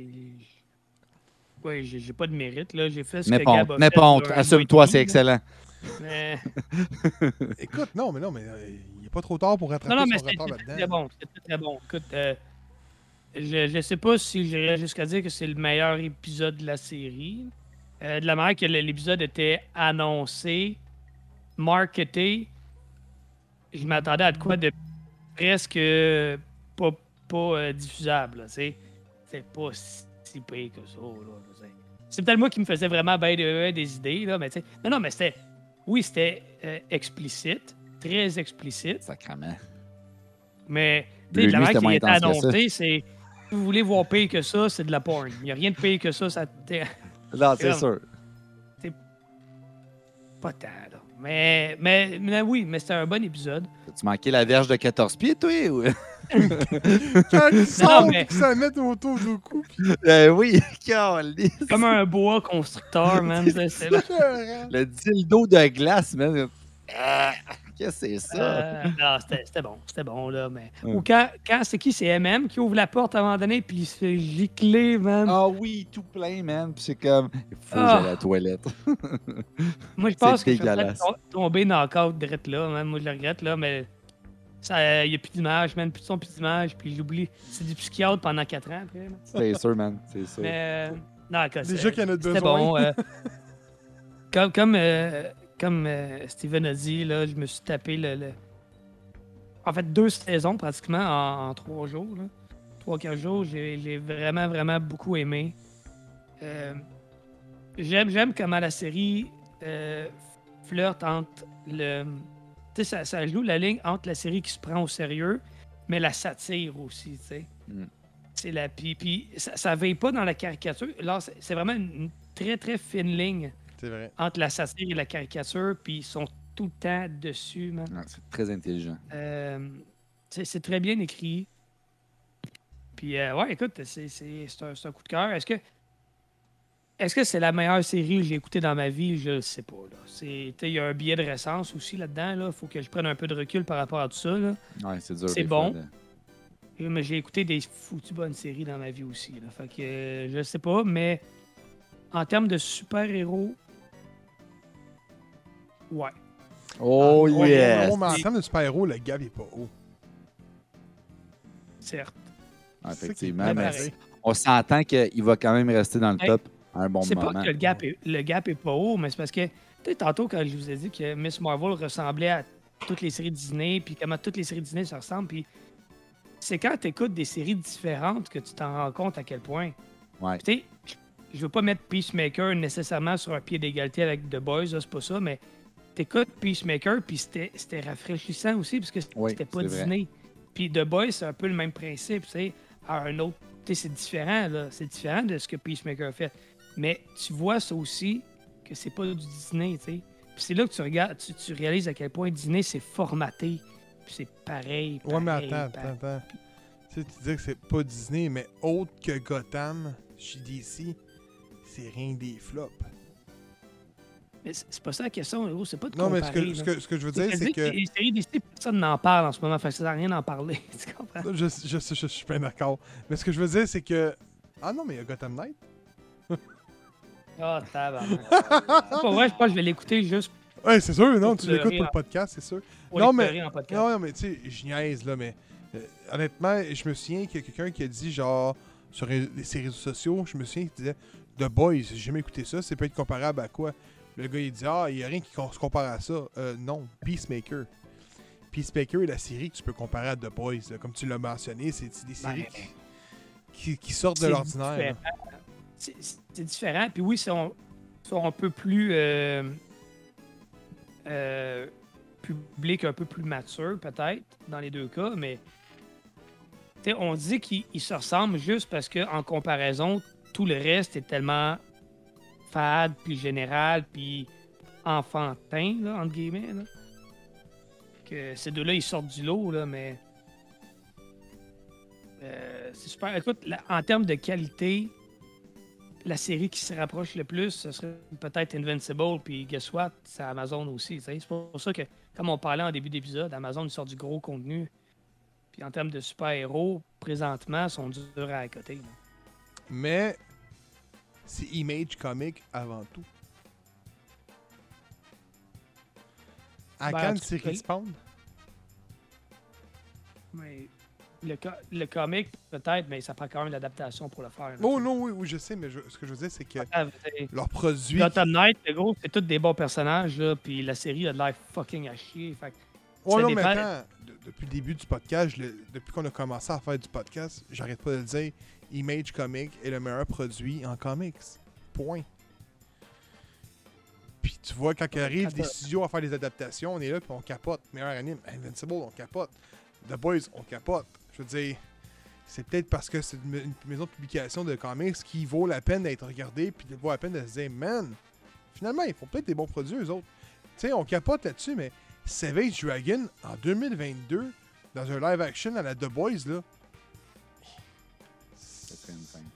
Oui, j'ai pas de mérite, là. J'ai fait ce mais que pas Gab a mais fait. pas honte. Assume-toi, c'est excellent. Mais... Écoute, non, mais il n'est pas trop tard pour rattraper son retard là-dedans. C'était très bon. C'était très bon. Écoute, je sais pas si j'irais jusqu'à dire que c'est le meilleur épisode de la série. De la manière que l'épisode était annoncé, marketé, je m'attendais à de quoi de presque pas diffusable. C'est pas si pire que ça. Là, c'est peut-être moi qui me faisais vraiment des idées, là, mais tu sais. Non, mais c'était... Oui, c'était explicite, très explicite. Sacrement. Mais, tu sais, de la manière qui était annoncé, c'est... Si vous voulez voir pire que ça, c'est de la porn. Il n'y a rien de pire que ça. Là, c'est sûr. C'est pas tant, là. Mais oui, mais c'était un bon épisode. Tu manquais la verge de 14 pieds, toi, ou... Quand il sort, que ça met autour du cou. Oui, calisse. Comme un bois constructeur, man. C'est là. Le dildo de glace, man. Qu'est-ce que c'est ça? Non, c'était bon. C'était bon, là. Mais... Ou quand c'est qui? C'est MM qui ouvre la porte à un moment donné, puis il se fait gicler, man. Ah oui, tout plein, man. Puis c'est comme, il faut que j'aille à la toilette. Moi, je pense que je vais peut-être tomber dans le cadre direct là, man. Moi, je le regrette, là, mais... Il n'y a plus d'image, man. Plus de son, plus d'image. Puis j'oublie. C'est du psychiatre pendant 4 ans, après. C'est sûr, man. C'est sûr. Mais... non, déjà qu'il y en a besoin. C'était bon. Comme Steven a dit, là, je me suis tapé en fait, 2 saisons pratiquement en 3 jours. 3-4 jours. J'ai vraiment, vraiment beaucoup aimé. J'aime comment la série flirte entre le... Tu sais, ça joue la ligne entre la série qui se prend au sérieux, mais la satire aussi, tu sais. C'est la... Puis ça veille pas dans la caricature. Là, c'est vraiment une très, très fine ligne. C'est vrai. Entre la satire et la caricature, puis ils sont tout le temps dessus, man. Non, c'est très intelligent. C'est très bien écrit. Puis, ouais, écoute, c'est un coup de cœur. Est-ce que c'est la meilleure série que j'ai écoutée dans ma vie? Je ne sais pas. Il y a un billet de récence aussi là-dedans. Il faut que je prenne un peu de recul par rapport à tout ça. Là. Ouais, c'est dur. C'est bon. Mais j'ai écouté des foutues bonnes séries dans ma vie aussi. Là. Fait que je sais pas, mais en termes de super-héros, ouais. Oh yeah! Mais en termes de super-héros, le gap n'est pas haut. Certes. Ah, effectivement. Mais on s'entend qu'il va quand même rester dans le top à un bon moment. C'est pas que le gap est pas haut, mais c'est parce que tantôt, quand je vous ai dit que Miss Marvel ressemblait à toutes les séries Disney, puis comment toutes les séries Disney se ressemblent, puis c'est quand tu écoutes des séries différentes que tu t'en rends compte à quel point. Ouais. Tu sais, je veux pas mettre Peacemaker nécessairement sur un pied d'égalité avec The Boys, là, c'est pas ça, mais t'écoutes Peacemaker, puis c'était rafraîchissant aussi, parce que Oui, c'était pas c'est vrai. Disney. Puis The Boys, c'est un peu le même principe, tu sais, à un autre, tu sais, c'est différent, là, c'est différent de ce que Peacemaker a fait. Mais tu vois ça aussi, que c'est pas du Disney, tu sais. Puis c'est là que tu regardes, tu réalises à quel point Disney, c'est formaté, puis c'est pareil, Ouais, mais pareil, attends. Tu sais, tu disais que c'est pas Disney, mais autre que Gotham, chez DC, c'est rien que des flops. Mais c'est pas ça la question, gros, c'est pas de Non, mais comparer, ce là. que je veux dire, c'est que... Les séries DC, personne n'en parle en ce moment, fait que ça sert à rien d'en parler, tu comprends? Je suis pas d'accord. Mais ce que je veux dire, c'est que... Ah non, mais il y a Gotham Knight. Ah, tabarnak. C'est pas vrai, je pense que je vais l'écouter juste Ouais, c'est sûr, non, Pour tu l'écoutes pleurer pour le en- podcast, c'est sûr. pour Non, l'éclairer en podcast. Non, mais tu sais, je niaise, là, mais honnêtement, je me souviens qu'il y a quelqu'un qui a dit, genre, sur ses réseaux sociaux, je me souviens qu'il disait The Boys, j'ai jamais écouté ça, c'est peut être comparable à quoi? Le gars, il dit, il y a rien qui se compare à ça. Non, Peacemaker. Peacemaker est la série que tu peux comparer à The Boys, là. Comme tu l'as mentionné, c'est des séries qui sortent de C'est l'ordinaire. là. différent. C'est différent. Puis oui, sont un peu plus public, un peu plus mature, peut-être, dans les deux cas, mais tu sais, on dit qu'ils se ressemblent juste parce qu'en comparaison, tout le reste est tellement fade, puis général, puis enfantin, là, entre guillemets, là, que ces deux-là, ils sortent du lot, là, mais c'est super. Écoute, en termes de qualité, la série qui se rapproche le plus, ce serait peut-être Invincible, puis guess what? C'est Amazon aussi. Tu sais. C'est pour ça que, comme on parlait en début d'épisode, Amazon sort du gros contenu. Puis en termes de super-héros, présentement, ils sont durs à accoter. Là. Mais c'est Image Comics avant tout. À Ben, quand en une tout série cas, Spawn? Mais le comic, peut-être, mais ça prend quand même l'adaptation pour le faire. là, Oh tu sais. non, oui, je sais, mais ce que je veux dire, c'est que Ah, c'est- leurs produits... Gotham Knight, le gros, c'est tous des bons personnages, là, puis la série a de l'air fucking à chier. Fait que Ouais, ça non, mais dépend. attends, depuis le début du podcast, depuis qu'on a commencé à faire du podcast, j'arrête pas de le dire, Image Comics est le meilleur produit en comics. Point. Puis tu vois, quand arrive des studios à faire des adaptations, on est là puis on capote. Meilleur anime, Invincible, on capote. The Boys, on capote. Je veux dire, c'est peut-être parce que c'est une maison de publication de comics qui vaut la peine d'être regardée puis qui vaut la peine de se dire, man, finalement, ils font peut-être des bons produits, eux autres. Tu sais, on capote là-dessus, mais Savage Dragon, en 2022, dans un live action à la The Boys, là, Ça serait une scène.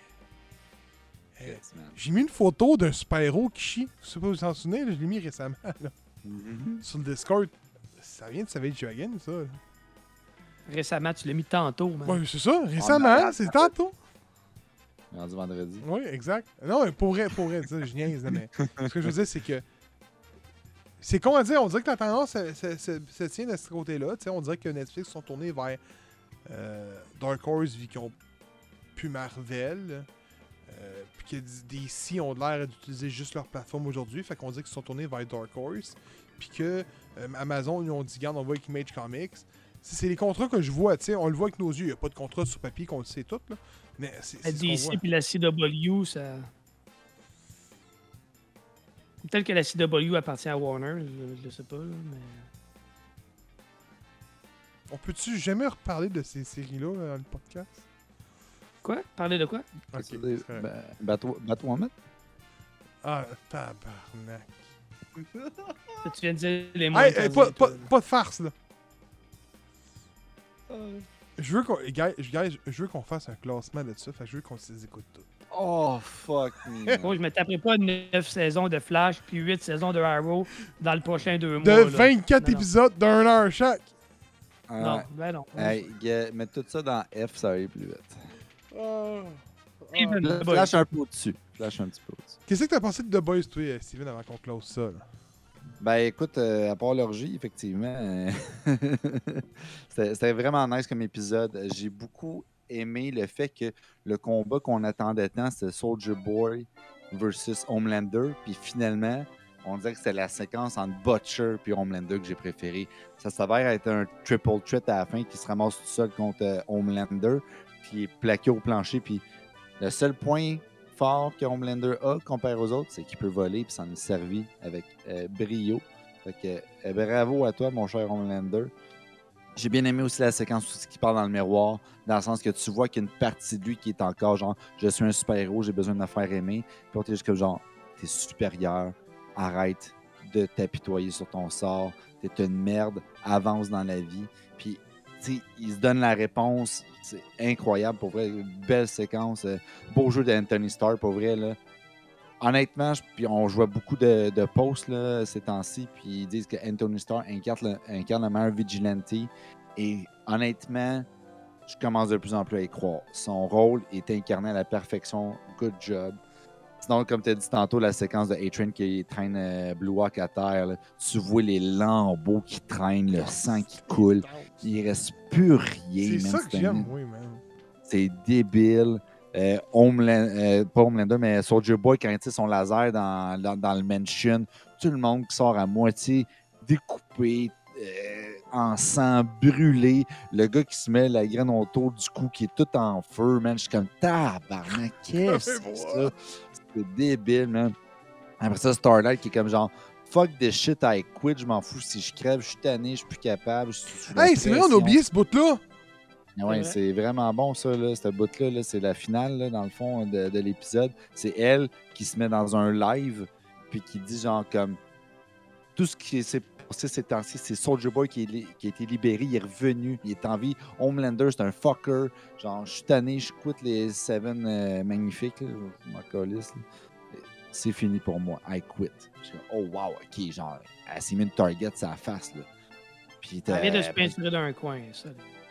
Yes, j'ai mis une photo d'un super-héros qui chie. Je sais pas si vous vous en souvenez, là, je l'ai mis récemment là, sur le Discord. Ça vient de Savage Dragon, ça. là. Récemment, tu l'as mis tantôt, man. Ouais, c'est ça, récemment, c'est tantôt. Rendu vendredi. Oui, exact. Non, mais pour vrai, ça, je niaise, là, mais ce que je veux dire, c'est que c'est con à dire, on dirait que la tendance se tient de ce côté-là. Tu sais, on dirait que Netflix sont tournés vers Dark Horse vu qu'ils ont plus Marvel. Puis que DC ont l'air d'utiliser juste leur plateforme aujourd'hui. Fait qu'on dit qu'ils sont tournés vers Dark Horse. Puis que Amazon, ils ont dit, garde, on va avec Image Comics. C'est les contrats que je vois, tu sais, on le voit avec nos yeux. Il n'y a pas de contrat sur papier qu'on le sait tout, là. Mais c'est La ce qu'on DC voit. puis la CW, ça. Peut-être que la CW appartient à Warner, je sais pas, là, mais. On peut-tu jamais reparler de ces séries-là dans le podcast? Quoi? Parler de quoi? Ok, C'est c'est correct. Batwoman? Ah, tabarnak. Ça, tu viens de dire les mots. Hey, interdits, pas toi. de farce, là. Je veux qu'on je veux qu'on fasse un classement de ça, fait que je veux qu'on se les écoute toutes. Oh, fuck me. Moi, je me taperai pas 9 saisons de Flash puis 8 saisons de Arrow dans le prochain 2 mois. De là. 24 Non, non. épisodes d'1 heure chaque. Non, ben non. Hey, gars, mets tout ça dans F, ça va aller plus vite. Steven, Là, The Boys. Flash un peu au-dessus. Flash un petit peu au-dessus. Qu'est-ce que t'as pensé de The Boys, toi, Steven, avant qu'on close ça, là? Ben écoute, à part l'orgie, effectivement, c'était vraiment nice comme épisode. J'ai beaucoup aimé le fait que le combat qu'on attendait tant, c'était Soldier Boy versus Homelander. Puis finalement, on dirait que c'était la séquence entre Butcher puis Homelander que j'ai préféré. Ça s'avère être un triple threat à la fin qui se ramasse tout seul contre Homelander, puis il est plaqué au plancher. Puis le seul point fort que Homelander a comparé aux autres, c'est qu'il peut voler puis s'en est servi avec brio. Fait que bravo à toi, mon cher Homelander. J'ai bien aimé aussi la séquence où il parle dans le miroir, dans le sens que tu vois qu'il y a une partie de lui qui est encore genre « Je suis un super-héros, j'ai besoin de me faire aimer ». Puis t'es juste comme genre « T'es supérieur, arrête de t'apitoyer sur ton sort, t'es une merde, avance dans la vie ». Puis tu sais, il se donne la réponse, c'est incroyable pour vrai, une belle séquence, beau jeu d'Anthony Starr pour vrai là. Honnêtement, puis on jouait beaucoup de posts là, ces temps-ci, puis ils disent que Anthony Starr incarne le meilleur vigilante. Et honnêtement, je commence de plus en plus à y croire. Son rôle est incarné à la perfection. Good job. Sinon, comme tu as dit tantôt, la séquence de A-Train qui traîne Blue Hawk à terre, là, tu vois les lambeaux qui traînent, le sang qui coule. Il reste plus rien. C'est ça que j'aime, oui, man. C'est débile. Pas Homelander, mais Soldier Boy, quand il tire son laser dans le mansion, tout le monde qui sort à moitié découpé, en sang, brûlé. Le gars qui se met la graine autour du cou, qui est tout en feu, man. Je suis comme, tabarnak, qu'est-ce que c'est ça? C'est débile, man. Après ça, Starlight qui est comme genre, fuck this shit, I quit, je m'en fous si je crève, je suis tanné, je suis plus capable. Hey, c'est vrai, on a oublié ce bout-là! Oui, c'est vraiment bon, ça, là, cette bout-là. Là, c'est la finale, là, dans le fond, de l'épisode. C'est elle qui se met dans un live, puis qui dit, genre, comme, tout ce qui s'est passé ces temps-ci, c'est Soldier Boy qui a été libéré, il est revenu, il est en vie. Homelander, c'est un fucker. Genre, je suis tanné, je quitte les Seven magnifiques, là, je m'en calisse, là. C'est fini pour moi. I quit. Je suis comme, oh, wow, OK, genre, elle s'est mis une target sur la face, là. Puis elle vient de se peinturer dans un coin, ça.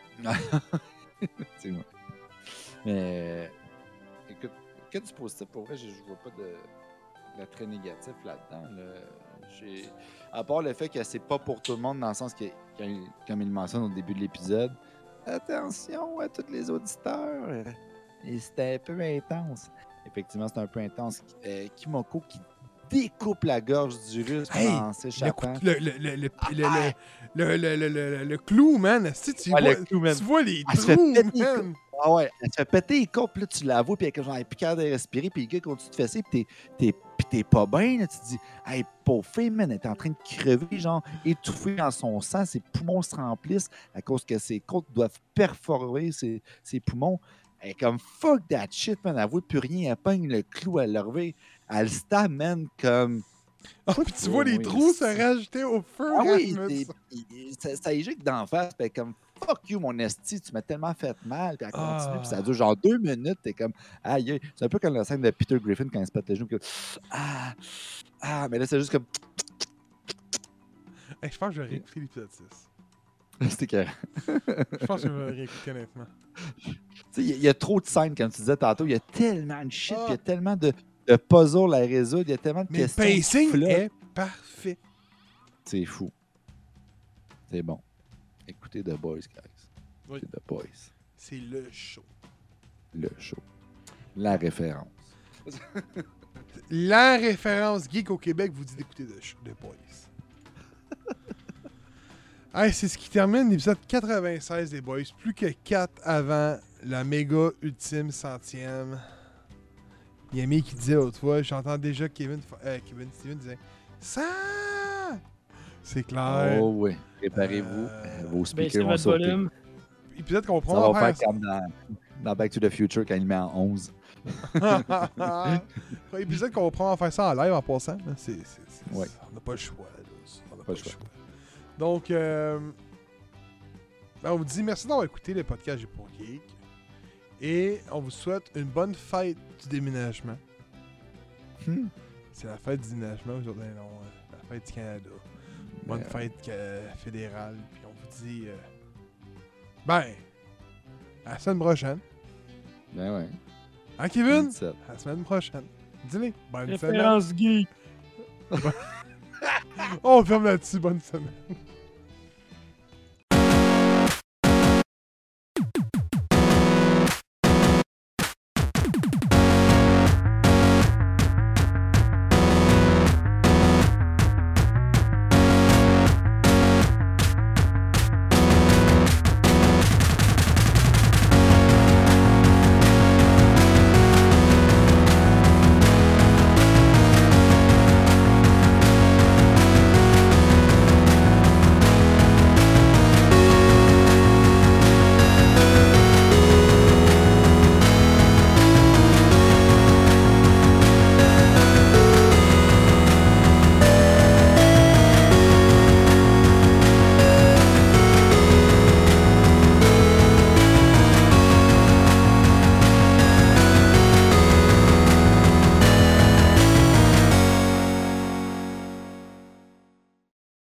C'est vrai. Mais écoute, que du positif, pour vrai, je vois pas de très négatif là-dedans. Là. À part le fait que c'est pas pour tout le monde, dans le sens que, comme il le mentionne au début de l'épisode, attention à tous les auditeurs, et c'était un peu intense. Effectivement, c'est un peu intense. Kimoko qui découpe la gorge du russe en s'échappant. Le clou, man. Tu vois les trous, man. Ah ouais, elle se fait péter les côtes, puis là, tu la vois, puis elle est genre, elle est plus capable de respirer, puis le gars continue de fesser, puis t'es pas bien, là, tu te dis, hey, pauvre fille, man, elle est en train de crever, genre, étouffée dans son sang, ses poumons se remplissent à cause que ses côtes doivent perforer ses poumons. Elle est comme, fuck that shit, man, elle voit plus rien, elle pogne le clou, elle le revient, elle stab, man, comme... Ah, puis tu vois les trous se rajouter au feu. Ah oui, ça éjecte d'en face, puis comme, fuck you, mon esti, tu m'as tellement fait mal, puis elle continue, puis ça dure genre 2 minutes, t'es comme, aïe, c'est un peu comme la scène de Peter Griffin quand il se pète le genou, puis mais là, c'est juste comme... Hey, je pense que je vais réécouter l'épisode 6. C'était carré. Je pense que je vais réécouter, honnêtement. Tu sais, il y a trop de scènes, comme tu disais tantôt, il y a tellement de shit, il y a tellement de puzzles à résoudre, il y a tellement de questions. Mais le pacing est parfait. C'est fou. C'est bon. Écoutez The Boys, guys. Oui. C'est The Boys. C'est le show. Le show. La référence. La référence geek au Québec vous dit d'écouter The Boys. Hey, c'est ce qui termine l'épisode 96 des Boys. Plus que 4 avant la méga ultime 100e. Yami qui disait l'autre fois, j'entends déjà Kevin Steven disait ça! C'est clair. Oh oui. Préparez-vous. Vos speakers vont votre sauter. volume. Épisode qu'on Ça prend va faire comme dans Back to the Future quand il met en 11. Épisode qu'on va prendre en faire ça en live en passant. Ouais. On n'a pas le choix. On n'a pas le choix. Donc, on vous dit merci d'avoir écouté le podcast J'ai pour Geek. Et on vous souhaite une bonne fête du déménagement. C'est la fête du déménagement aujourd'hui, non? La fête du Canada. Bonne fête fédérale. Puis on vous dit... à la semaine prochaine. Ben ouais. Hein, Kevin? 27. À la semaine prochaine. Dis-le. Bonne semaine. Référence geek. On ferme là-dessus. Bonne semaine.